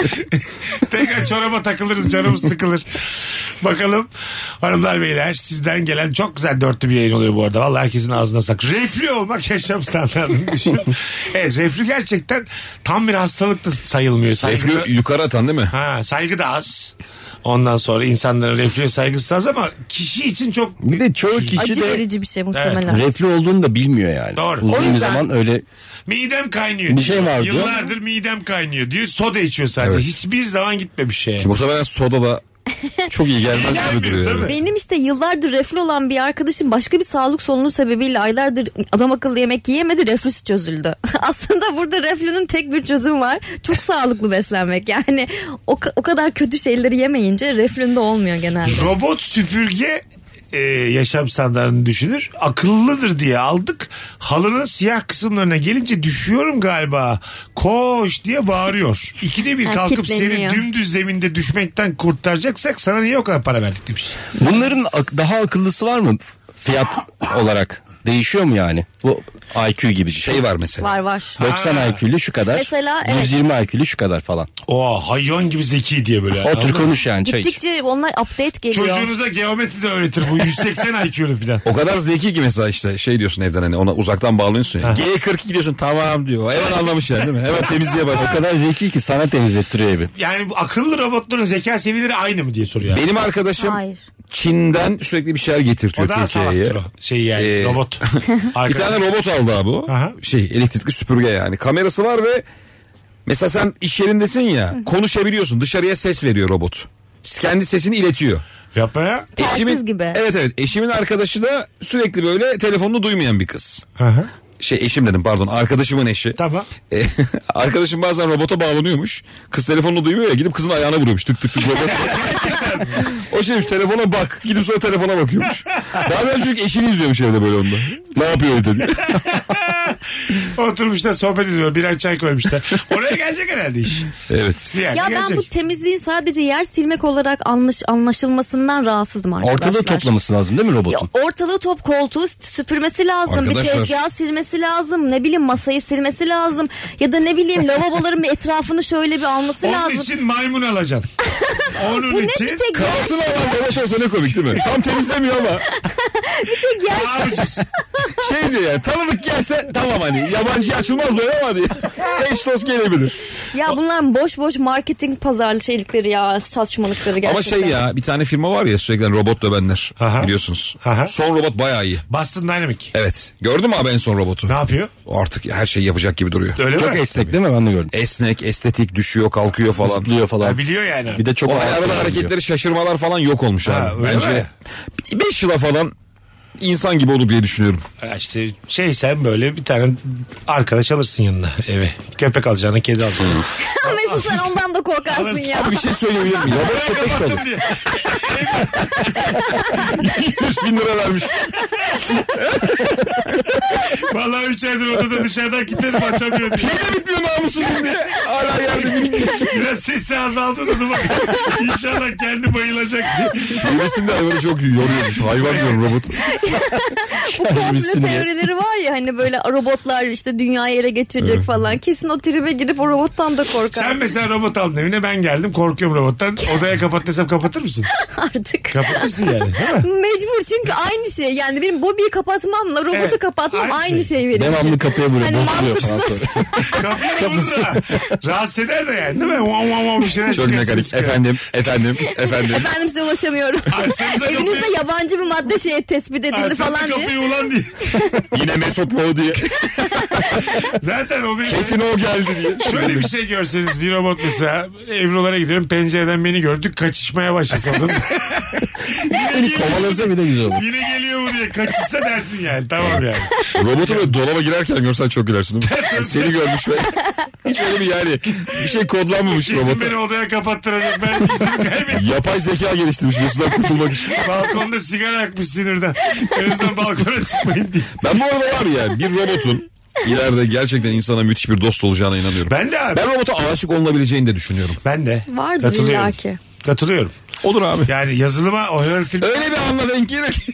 Tekrar çoraba takılırız canımız sıkılır. Bakalım hanımlar beyler sizden gelen çok güzel dörtlü bir yayın oluyor bu arada. Vallahi herkesin ağzına sak. Reflü olmak yaşam standartını düşün. Evet reflü gerçekten tam bir hastalık da sayılmıyor. Saygı da- Reflü yukarı atan değil mi? Ha, saygı da az. Ondan sonra insanların reflüye saygısı az ama kişi için çok Bir de çoğu kişi Acı de verici bir şey muhtemelen. reflü olduğunu da bilmiyor yani. Doğru. Uzun O bir yüzden- zaman öyle midem kaynıyor. Bir şey diyor. var diyor. Yıllardır midem kaynıyor diyor. Soda içiyor sadece. Evet. Hiçbir zaman gitmemiş şeye. Ki muhtemelen soda da çok iyi gelmez gibi Gelmiyor, duruyor. tabii. yani. Benim işte yıllardır reflü olan bir arkadaşım başka bir sağlık sorunu sebebiyle aylardır adam akıllı yemek yiyemedi, reflüsü çözüldü. Aslında burada reflünün tek bir çözümü var. Çok sağlıklı beslenmek. Yani o, ka- o kadar kötü şeyleri yemeyince reflünde olmuyor genelde. Robot süpürge e, yaşam standartını düşünür. Akıllıdır diye aldık. Halının siyah kısımlarına gelince düşüyorum galiba. Koş diye bağırıyor. İkide bir Ha, kalkıp seni kitleniyor. dümdüz zeminde düşmekten kurtaracaksak sana niye o kadar para verdik demiş. bunların ak- daha akıllısı var mı fiyat olarak? Değişiyor mu yani? Bu I Q gibi bir şey. Şey var mesela. Var var. doksan I Q'lu şu kadar. Mesela, evet. yüz yirmi I Q'lu şu kadar falan. O hayvan gibi zeki diye böyle. Otur Anladın mı? konuş yani çay iç. Gittikçe onlar update geliyor. Çocuğunuza geometri de öğretir bu yüz seksen I Q'lu falan. O kadar zeki ki mesela işte şey diyorsun evden hani ona uzaktan bağlıyorsun ya. G kırk iki diyorsun tamam diyor. Hemen anlamış yani değil mi? Hemen temizliğe O başlıyor. kadar zeki ki sana temizlettiriyor evi. Yani bu akıllı robotların zeka seviyeleri aynı mı diye soruyor. Benim arkadaşım Hayır. Çin'den sürekli bir şeyler O getirtiyor daha Türkiye'ye. salaktır o. Şey yani Ee, robot. Bir tane robot aldı abi o. Aha. Şey elektrikli süpürge yani. Kamerası var ve mesela sen iş yerindesin ya konuşabiliyorsun. Dışarıya ses veriyor robot. Kendi sesini iletiyor. Yapma ya. Telsiz gibi. Evet evet. Eşimin arkadaşı da sürekli böyle telefonunu duymayan bir kız. Hı hı. Şey eşim dedim pardon arkadaşımın eşi. Tamam. E, arkadaşım bazen robota bağlanıyormuş. Kız telefonunu duymuyor ya gidip kızın ayağına vuruyormuş tık tık tık robot. O şeymiş telefona bak gidip sonra telefona bakıyormuş. Bazen çocuk eşini izliyormuş evde böyle onda. Ne yapıyor evde diye. Oturmuşlar sohbet ediyor. Birer çay koymuşlar. Oraya gelecek herhalde iş. Evet. Bir yerde Ya ben gelecek. bu temizliğin sadece yer silmek olarak anlaş, anlaşılmasından rahatsızım arkadaşlar. Ortalığı toplaması lazım değil mi robotun? Ya ortalığı top koltuğu süpürmesi lazım. Arkadaşlar. Bir tezgahı silmesi lazım. Ne bileyim masayı silmesi lazım. Ya da ne bileyim lavaboların bir etrafını şöyle bir alması Onun lazım. için maymun alacaksın. Onun Bu ne için bir tek yer, Kalsın olan robot olsa ne komik değil mi? Tam temizlemiyor ama. bir tek yer. daha ucuz. Şey diyor yani tanıdık gelse tamam hani yabancı açılmaz böyle ama diye. Eş dost gelebilir. Ya bunlar boş boş marketing pazarlı şeylikleri ya, saçmalıkları gerçekten. Ama şey ya bir tane firma var ya sürekli robot dövenler Aha. biliyorsunuz. Aha. Son robot bayağı iyi. Boston Dynamic. Evet. Gördün mü abi en son robotu? Ne yapıyor? Artık her şeyi yapacak gibi duruyor. Öyle Çok mi? esnek değil mi? Ben de gördüm. Esnek, estetik, düşüyor, kalkıyor falan. Zıplıyor falan. Ha, biliyor yani. Bir de çok O ağır arada gidiyor. hareketleri şaşırmalar falan yok olmuş Ha, abi. öyle mi? Bence beş yıla falan insan gibi olur diye düşünüyorum. Ha, İşte şey sen böyle bir tane arkadaş alırsın yanına eve. Köpek alacağına kedi alacağına. Mesut sen ondan da korkarsın Alırsın. ya. Abi bir şey söyleyebilir miyim? Oraya kapattım diye. yüz bin lira vermiş. Vallahi üç aydır odada dışarıdan kilitledim açamıyor diye. Niye bitmiyor namussuzum diye. Hala yerde minik. Biraz sesi azaldı da dur bak. İnşallah kendi bayılacak diye. Üretimde hayvanı çok yoruyormuş. Hayvan diyorum robot. Bu komplo Bilsin diye. teorileri var ya hani böyle robotlar işte dünyayı ele geçirecek falan. Kesin o tribe girip o robottan da korkar. Sen mesela robot aldın evine, ben geldim korkuyorum robottan. Odaya kapat desem kapatır mısın? Artık. Kapatırsın yani değil mi? Mecbur çünkü aynı şey. Yani benim Bobby'yi kapatmamla robotu Evet, kapatmam aynı aynı, şey. şey verir. Devamlı kapıya vuruyor. Hani Bozuluyor falan mantıksız. sonra. Kapıyı vurur da rahatsız eder de yani değil mi? Vav vav vav bir şeyler Çok çıkarsın. mekanik. çıkar. Efendim, efendim, efendim. Efendim size ulaşamıyorum. Açsanıza Evinizde kapıyı. yabancı bir madde şeye tespit edildi Açsanıza falan diye. kapıyı ulan diye. Yine Mesut mu diye. Zaten o benim... Kesin o geldi diye. Şöyle bir şey görseniz bir robot mesela Evrolara gidiyorum pencereden beni gördük kaçışmaya başlasın. Seni kovalasa bile güzel olur. Yine geliyor bu diye kaçışsa dersin yani tamam yani. Robotu böyle dolaba girerken görsen çok gülersin değil mi? Seni görmüş ve hiç öyle bir yani bir şey kodlanmamış Kesin robota. beni odaya kapattıracak ben yüzümü kaybettim. Yapay zeka geliştirmiş Mesut'tan kurtulmak için. Balkonda sigara yakmış sinirden. O yüzden balkona çıkmayın diye. Ben bu arada var ya bir robotun ileride gerçekten insana müthiş bir dost olacağına inanıyorum. Ben de abi. Ben robota aşık olunabileceğini de düşünüyorum. Ben de. Vardır Katılıyorum. illaki. Katılıyorum. Olur abi. Yani yazılıma o her film Öyle bir anla denk gelir ki.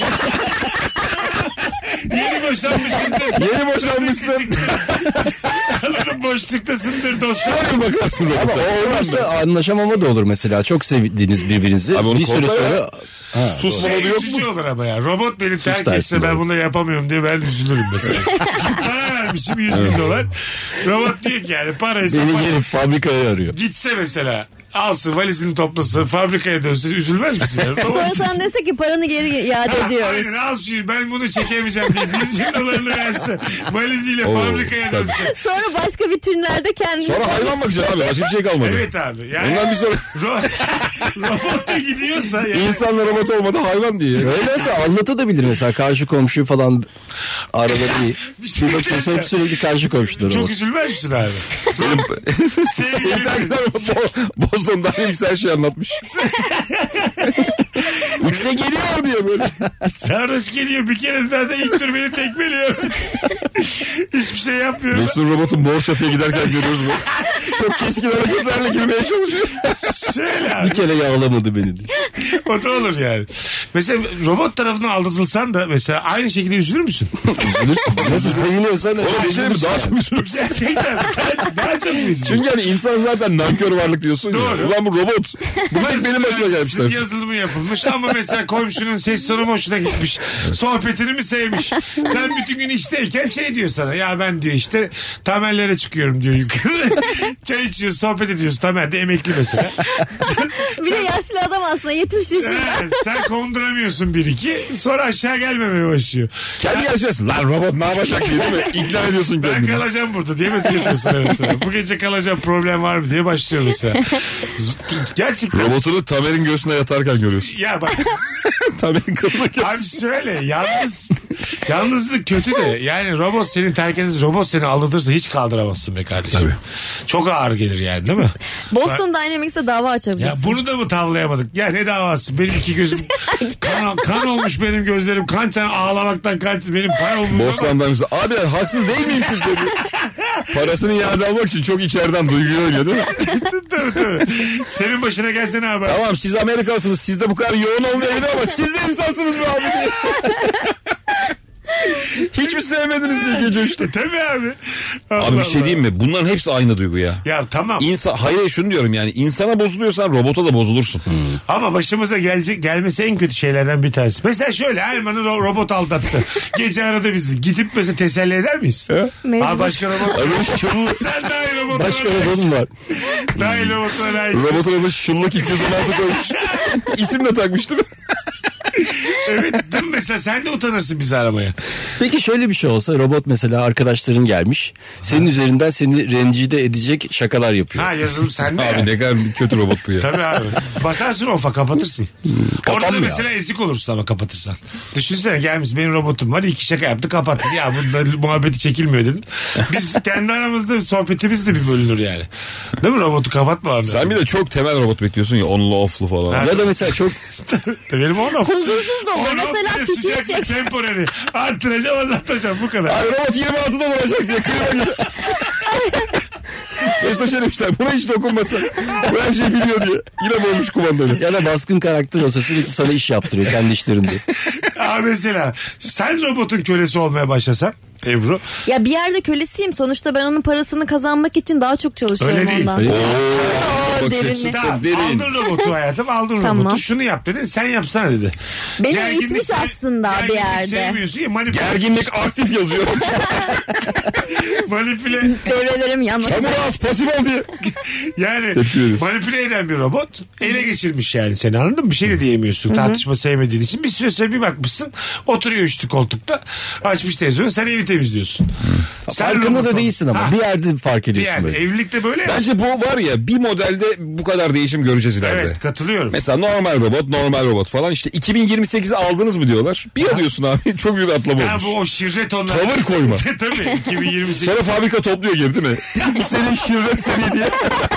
yeni boşanmışsındır. Yeni boşanmışsın. Alırım boşluktasındır dostum. Şöyle bakarsın Ama robota. o olursa anlaşamama da olur mesela. Çok sevdiğiniz birbirinizi. Abi onu bir süre kodla ya. sonra... Ha, Susma Şey modu yok üzücü mu? olur ama ya. Robot beni terk dersin etse ben doğru. bunu yapamıyorum diye ben üzülürüm mesela. Para vermişim yüz bin dolar. Robot diyor ki yani paraysa Beni para. gelip fabrikaya arıyor. Gitse mesela alsın valizini toplasın fabrikaya dönse üzülmez misin? Ya? Robot- Sonra sen dese ki paranı geri iade Ha, ediyoruz. aynen al şu ben bunu çekemeyeceğim diye yüz bin dolarını verse valiziyle Oo, fabrikaya tabii. dönse. Sonra başka vitrinlerde kendini... Sonra hayvan bakacaksın abi. Başka bir şey kalmadı. Evet abi. Yani Ondan bir sonra ro- robot da gidiyorsa yani. insanla robot olmadı hayvan diye. Öyleyse anlatabilir mesela karşı komşu falan araları iyi. Bir şey Bir bakıyorsun söyleyeceğim. hep sürekli karşı komşuları Çok var. üzülmez misin abi? Senin, Sevgili- senin terkler Boston Dynamics her şeyi anlatmış. Üçte geliyor diye böyle. Sarhoş geliyor bir kere zaten ilk tur beni tekmeliyor. Hiçbir şey yapmıyorum. Mesut'un robotun mor çatıya giderken görüyoruz bu. Çok keskin hareketlerle girmeye çalışıyor. Şöyle abi. Bir kere yağlamadı beni diye. O da olur yani. Mesela robot tarafından aldatılsan da mesela aynı şekilde üzülür müsün? Üzülürsün. Nasıl seviniyorsan öyle Oğlum bir şey mi? üzülürsün. Daha çok üzülürsün. Gerçekten daha, daha çok mu üzülürsün? Çünkü yani insan zaten nankör varlık diyorsun Doğru. ya. Ulan bu robot. Bu hep benim başıma gelmişler. Yazılımı yapılmış ama mesela komşunun ses tonu hoşuna gitmiş. Sohbetini mi sevmiş? Sen bütün gün işteyken şey diyor sana. Ya ben diyor işte Tamerlere çıkıyorum diyor yukarı. Çay içiyoruz sohbet ediyoruz. Tamer de emekli mesela. Bir de yaşlı adam aslında yetmiş yaşında. Evet, sen konduramıyorsun bir iki. Sonra aşağı gelmemeye başlıyor. Kendi yaşasın. Lan robot ne yapacak diye değil mi? İkna ediyorsun Ben kendini. kalacağım burada diye mesaj yapıyorsun mesela. Bu gece kalacağım problem var mı diye başlıyor mesela. Gerçekten. Robotunu Tamer'in göğsüne yatarken görüyorsun. Ya bak Tamer'in kılına abi şöyle yalnız Yalnızlık kötü de yani robot seni terk ederse, robot seni aldatırsa hiç kaldıramazsın be kardeşim. Tabii. Çok ağır gelir yani, değil mi? Boston Dynamics'e dava Ya açabilirsin. bunu da mı tavlayamadık? Ya ne davası? Benim iki gözüm kan, kan olmuş benim gözlerim. Kan çan ağlamaktan kan benim para olmuş. Bostan'dan bize abi haksız değil miyim sizce? Parasını iade almak için çok içeriden duyguyu ölüyor değil mi? Tabii tabii. Senin başına gelsene abi. Tamam siz Amerikalısınız. Sizde bu kadar yoğun olmayabilir ama siz de insansınız mı abi diye. Hiç mi sevmediniz diye gece işte. Tabii abi. Allah Abi bir şey Allah. diyeyim mi? Bunların hepsi aynı duygu ya. Ya tamam. İnsan, hayır şunu diyorum yani insana bozuluyorsan robota da bozulursun. Hmm. Ama başımıza gelecek gelmesi en kötü şeylerden bir tanesi. Mesela şöyle Erman'ı ro- robot aldattı. Gece aradı bizi. Gidip mesela teselli eder miyiz? Mecbur. Abi başka robot. Sen daha iyi robotuna Başka robotun var. Daha iyi robotuna layıksın. Robotun adı şıllık X on altı koymuş. İsim de takmış değil mi? Evet değil mi? Mesela sen de utanırsın bizi aramaya. Peki şöyle bir şey olsa robot mesela arkadaşların gelmiş. Senin üzerinden seni rencide edecek şakalar yapıyor. Ha yazılım sende ya. Abi ne kadar kötü robot bu ya. Tabii abi. Basarsın ofa kapatırsın. Orada da kapanmıyor. mesela ezik olursun ama kapatırsan. Düşünsene gelmiş benim robotum var. İki şaka yaptı kapattı. Ya bunda muhabbeti çekilmiyor dedim. Biz kendi aramızda sohbetimiz de bir bölünür yani. Değil mi robotu kapatma abi. Sen bir de çok temel robot bekliyorsun ya onlu offlu falan. Ha. Ya da mesela çok Benim onu. Huzursuz da olur. Mesela fişini çek. Temporary. Arttıracağım azaltacağım bu kadar. Abi robot yirmi altıda olacak diye kıyma gibi. Mesaj demişler buna hiç dokunmasın. Bu her şeyi biliyor diye. Yine bozmuş kumandayı. ya da baskın karakter olsa sürekli sana iş yaptırıyor kendi işlerinde. Aa mesela sen robotun kölesi olmaya başlasan Ebru. Ya bir yerde kölesiyim. Sonuçta ben onun parasını kazanmak için daha çok çalışıyorum Öyle değil. ondan. Öyle. Oo, derinlik. Tamam, derin. aldın robotu hayatım aldın Tamam. robotu şunu yap dedin sen yapsana dedi. Beni Gerginlik eğitmiş se- aslında bir gerginlik yerde. sevmiyorsun ya manipüle, Gerginlik aktif yazıyor. manipüle Devrelerim yanmak Çamur az pasif ol diye. yani Tepki verir. manipüle eden bir robot ele geçirmiş yani seni anladın mı? Bir şey de diyemiyorsun tartışma sevmediğin için. Bir süre sonra bir bakmışsın oturuyor üstü koltukta açmış televizyonu sen evi temizliyorsun. Sen Farkında robot da değilsin ama Ha, bir yerde fark bir ediyorsun yerde. böyle. Evlilikte böyle ya. Bence bu var ya bir modelde bu kadar değişim göreceğiz ileride. Evet katılıyorum. Mesela normal robot, normal robot falan işte iki bin yirmi sekize aldınız mı diyorlar. Bir alıyorsun abi çok büyük atlama Ya olmuş. bu o şirret onlar. Tavır koyma. Tabii iki bin yirmi sekiz. Sonra fabrika topluyor geri değil mi? Bu senin şirret seni diye.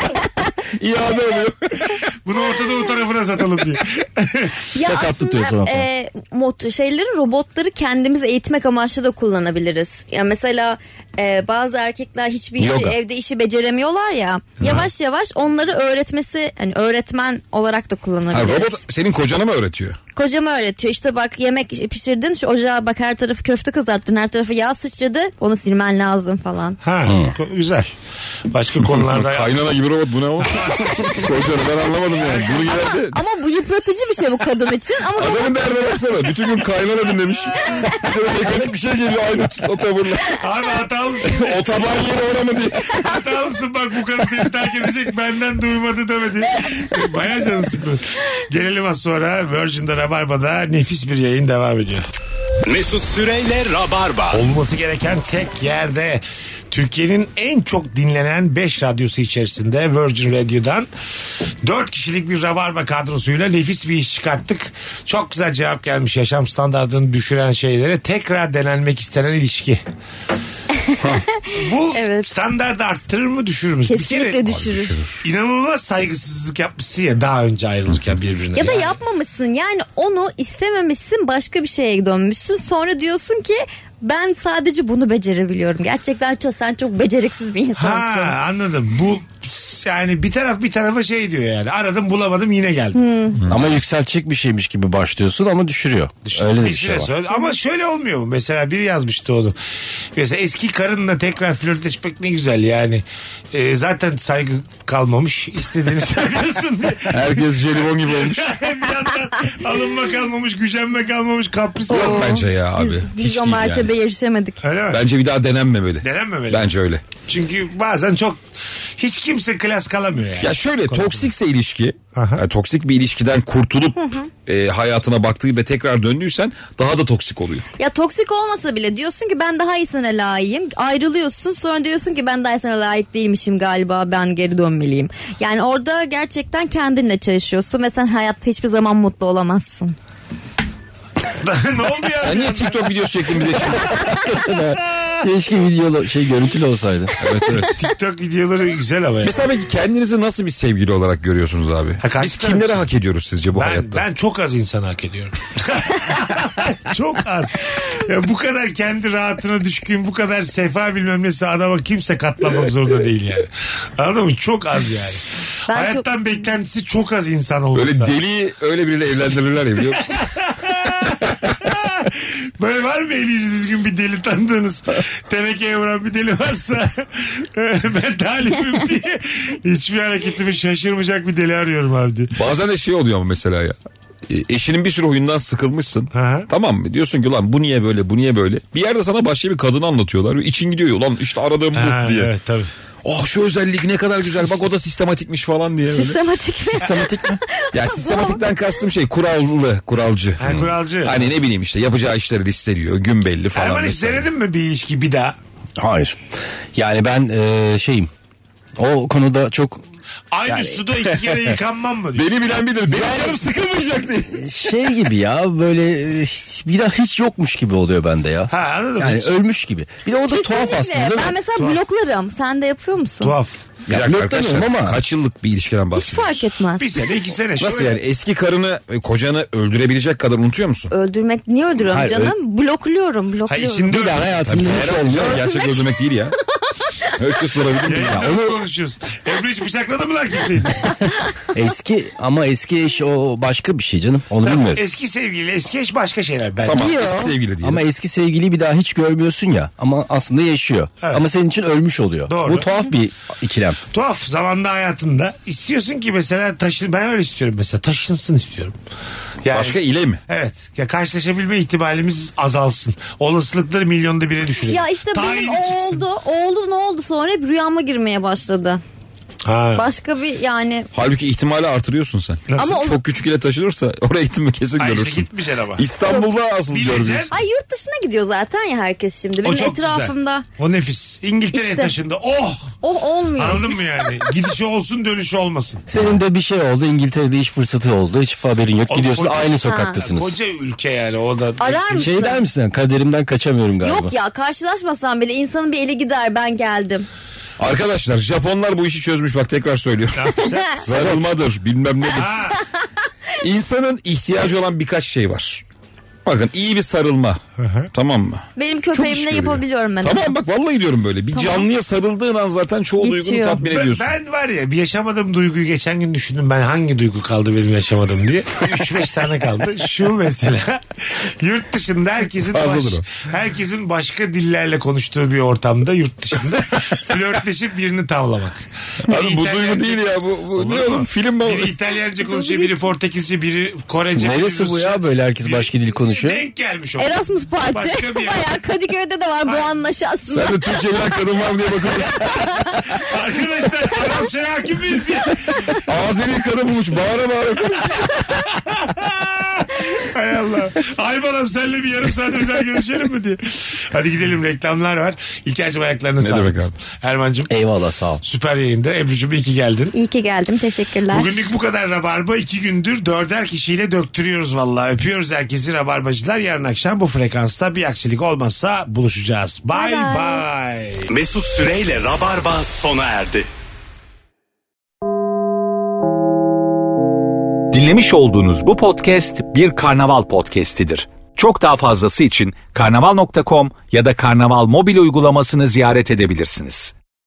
İade oluyor. Bunu ortada o tarafına satalım diye. Ya Sakat tutuyor sana aslında falan. e, mod, şeyleri robotları kendimiz eğitmek amaçlı da kullanabiliriz. Ya mesela e, bazı erkekler hiçbir işi Yoga. evde işi beceremiyorlar ya. Yavaş yavaş onları öğretmesi hani öğretmen olarak da Ha, kullanabiliriz. robot senin kocana mı öğretiyor? Kocam öğretiyor işte bak yemek pişirdin şu ocağa bak her tarafı köfte kızarttın her tarafı yağ sıçradı onu silmen lazım falan. Ha ko- güzel. Başka konularda Kaynana gibi robot bu ne o? Kocanı ben anlamadım yani. Bunu geldi. Ama bu yıpratıcı bir şey bu kadın için ama Adamın derdine baksana. Bütün gün kaynana dinlemiş. Bir de mekanik bir şey geliyor aynı o tavırla. Abi hatalısın. O taban yeri ona mı diye. Hatalısın bak bu karı seni terk edecek benden duymadı demedi. Baya canı sıkıldı. Gelelim az sonra Virgin'de Rabarba'da nefis bir yayın devam ediyor. Mesut Süreyle Rabarba. Olması gereken tek yerde Türkiye'nin en çok dinlenen beş radyosu içerisinde Virgin Radio'dan dört kişilik bir Rabarba kadrosuyla nefis bir iş çıkarttık. Çok güzel cevap gelmiş yaşam standartını düşüren şeylere tekrar denenmek istenen ilişki. Bu Evet. standardı arttırır mı düşürür mü? kesinlikle düşürür. İnanılmaz saygısızlık yapmışsın ya daha önce ayrılırken birbirine. Ya da Yani. yapmamışsın yani onu istememişsin başka bir şeye dönmüşsün sonra diyorsun ki ben sadece bunu becerebiliyorum. Gerçekten çok, sen çok beceriksiz bir insansın. Ha anladım. Bu yani bir taraf bir tarafa şey diyor yani. Aradım bulamadım yine geldim. Ama yükseltecek bir şeymiş gibi başlıyorsun ama düşürüyor. Öyle de bir Bir şey süre var. sonra- Ama şöyle olmuyor mu? Mesela biri yazmıştı onu. Mesela eski karınla tekrar flörtleşmek ne güzel yani. Ee, zaten saygı kalmamış. İstediğini söylüyorsun diye. Herkes jelibon gibi olmuş. Bir yandan alınma kalmamış, gücenme kalmamış, kapris Yok kalmamış. bence ya abi. Biz, biz Hiç o değil yani. mertebeye erişemedik. Öyle mi? Bence bir daha denenmemeli. Denenmemeli. Bence öyle. Çünkü bazen çok hiç kimse klas kalamıyor yani. Ya şöyle toksikse ilişki, Aha. yani toksik bir ilişkiden kurtulup e, hayatına baktığı ve tekrar döndüysen daha da toksik oluyor. Ya toksik olmasa bile diyorsun ki ben daha iyisine layığım. Ayrılıyorsun sonra diyorsun ki ben daha iyisine layık değilmişim galiba ben geri dönmeliyim. Yani orada gerçekten kendinle çalışıyorsun ve sen hayatta hiçbir zaman mutlu olamazsın. Ne oldu ya? Sen niye TikTok videosu çektin bir de şimdi? Keşke videolu şey görüntülü olsaydı. Evet evet. TikTok videoları güzel ama ya. Mesela peki kendinizi nasıl bir sevgili olarak görüyorsunuz abi? Ha, karşı Biz taraf kimleri için. hak ediyoruz sizce bu Ben, hayatta? ben çok az insan hak ediyorum. Çok az. Ya bu kadar kendi rahatına düşkün, bu kadar sefa bilmem nesi adama kimse katlanmak zorunda değil yani. Anladın mı? Çok az yani. Ben Hayattan çok- beklentisi çok az insan olursa. Böyle deli öyle biriyle evlendirirler ya biliyor musun? Böyle var mı eli yüzü düzgün bir deli tanıdığınız? Tenekeye vuran bir deli varsa ben talibim diye hiçbir hareketimi şaşırmayacak bir deli arıyorum abi diye. Bazen de şey oluyor ama mesela ya. E, Eşinin bir sürü huyundan sıkılmışsın. Aha. Tamam mı? Diyorsun ki ulan bu niye böyle bu niye böyle. Bir yerde sana başka bir kadını anlatıyorlar. İçin gidiyor ulan işte aradığım Ha, bu diye. evet tabii. Oh şu özellik ne kadar güzel bak o da sistematikmiş falan diye. Böyle. Sistematik mi? Sistematik mi? Ya sistematikten kastım şey kurallı kuralcı. Ha, kuralcı. Hani ne bileyim işte yapacağı işleri listeliyor gün belli falan. Erman hiç vesaire. denedin mi bir ilişki bir daha? Hayır. Yani ben e, şeyim. O konuda çok Aynı Yani- suda iki kere yıkanmam mı diyor. Beni bilen bilir. Benim canım sıkılmayacak diye. şey gibi ya böyle e, bir daha hiç yokmuş gibi oluyor bende ya. Ha anladın mı? Yani Hiç- ölmüş gibi. Bir de o da tuhaf aslında Kesinlikle. değil Ben mi? mesela Tuhaf. bloklarım. Sen de yapıyor musun? Tuhaf. Bir Ya, dakika bloklamıyorum arkadaşlar ama- kaç yıllık bir ilişkiden Hiç bahsediyoruz? fark etmez. Bir sene iki sene. Nasıl Şöyle- yani eski karını e, kocanı öldürebilecek kadar unutuyor musun? Öldürmek niye öldürüyorum Hayır, canım? Blokluyorum, Ha, blokluyorum. içinde Bir daha Tabii hayatımda hiç herhalde olmuyor. canım, gerçek öldürmek değil ya. Öykü sorabilir miyim? Ya, onu konuşuyoruz. Ebru hiç bıçakladı mı lan kimseyi? Eski ama eski eş o başka bir şey canım. Onu Tamam, bilmiyorum. eski sevgili, eski eş başka şeyler bence. Tamam Diyor. eski sevgili diyelim. Ama eski sevgiliyi bir daha hiç görmüyorsun ya. Ama aslında yaşıyor. Evet. Ama senin için ölmüş oluyor. Doğru. Bu tuhaf bir ikilem. Tuhaf zamanda hayatında istiyorsun ki mesela taşın, ben öyle istiyorum mesela taşınsın istiyorum. Yani, Başka ile mi? Evet. Ya karşılaşabilme ihtimalimiz azalsın. Olasılıkları milyonda bire düşürelim. Ya işte benim Tayin o çıksın. oldu. Oldu ne oldu sonra hep rüyama girmeye başladı. Ha. Başka bir yani. Halbuki ihtimali artırıyorsun sen. Nasıl? Ama o- Çok küçük ile taşınırsa oraya gittin mi kesin Ay işte görürsün. gitmeyeceksin ama. İstanbul'da asıl Bileceksin. görürsün. Ay yurt dışına gidiyor zaten ya herkes şimdi. O Benim çok etrafımda. güzel. O nefis. İngiltere'ye İşte. taşındı. Oh! Oh olmuyor. Anladın mı yani? Gidişi olsun dönüşü olmasın. Senin de bir şey oldu. İngiltere'de iş fırsatı oldu. Hiç haberin yok. O- Gidiyorsun koca- aynı sokaktasınız. Koca ülke yani o da. Arar mısın? Şey der misin? Kaderimden kaçamıyorum galiba. Yok ya karşılaşmasam bile insanın bir eli gider ben geldim. Arkadaşlar Japonlar bu işi çözmüş bak tekrar söylüyorum. Sarılmadır bilmem nedir. Ha, İnsanın ihtiyacı olan birkaç şey var. Bakın iyi bir sarılma. Tamam mı? Benim Çok iş köpeğimle görüyor. yapabiliyorum ben. Tamam bak vallahi diyorum böyle. Bir Tamam. canlıya sarıldığın an zaten çoğu duygunu Geçiyor. tatmin ben, ediyorsun. ben var ya bir yaşamadığım duyguyu geçen gün düşündüm. Ben hangi duygu kaldı benim yaşamadım diye. üç beş tane kaldı. Şu mesela yurt dışında herkesin baş, Fazladır o. herkesin başka dillerle konuştuğu bir ortamda yurt dışında flörtleşip birini tavlamak. Abi Biri bu İtalyanca- duygu değil ya. Bu, bu Olur ne mu? oğlum film mi? Biri İtalyanca konuşuyor, biri Portekizce, biri Korece. biri Neresi bu Rusça. ya böyle herkes başka dil konuşuyor? Denk gelmiş o. Erasmus Parti. Başka bir yer. Bayağı Kadıköy'de de var bu anlaşı aslında. Sen de Türkçe bilen kadın var mı diye bakıyorsun. Arkadaşlar Arapçaya hakim miyiz diye. Azeri kadın bulmuş bağıra bağıra konuşuyor. Hay Allah. Ay balam senle bir yarım saat özel görüşelim mi diye. Hadi gidelim reklamlar var. İlker'cim ayaklarına sağlık. demek abi? Erman'cığım Eyvallah sağ ol. süper yayında. Ebru'cum iyi ki geldin. İyi ki geldim teşekkürler. Bugünlük bu kadar Rabarba. iki gündür dörder kişiyle döktürüyoruz vallahi. Öpüyoruz herkesi Rabarbacılar. Yarın akşam bu frekansta bir aksilik olmazsa buluşacağız. Bye Bye bye. bye. Mesut Süreyle Rabarba sona erdi. Dinlemiş olduğunuz bu podcast bir karnaval podcastidir. Çok daha fazlası için karnaval nokta com ya da karnaval mobil uygulamasını ziyaret edebilirsiniz.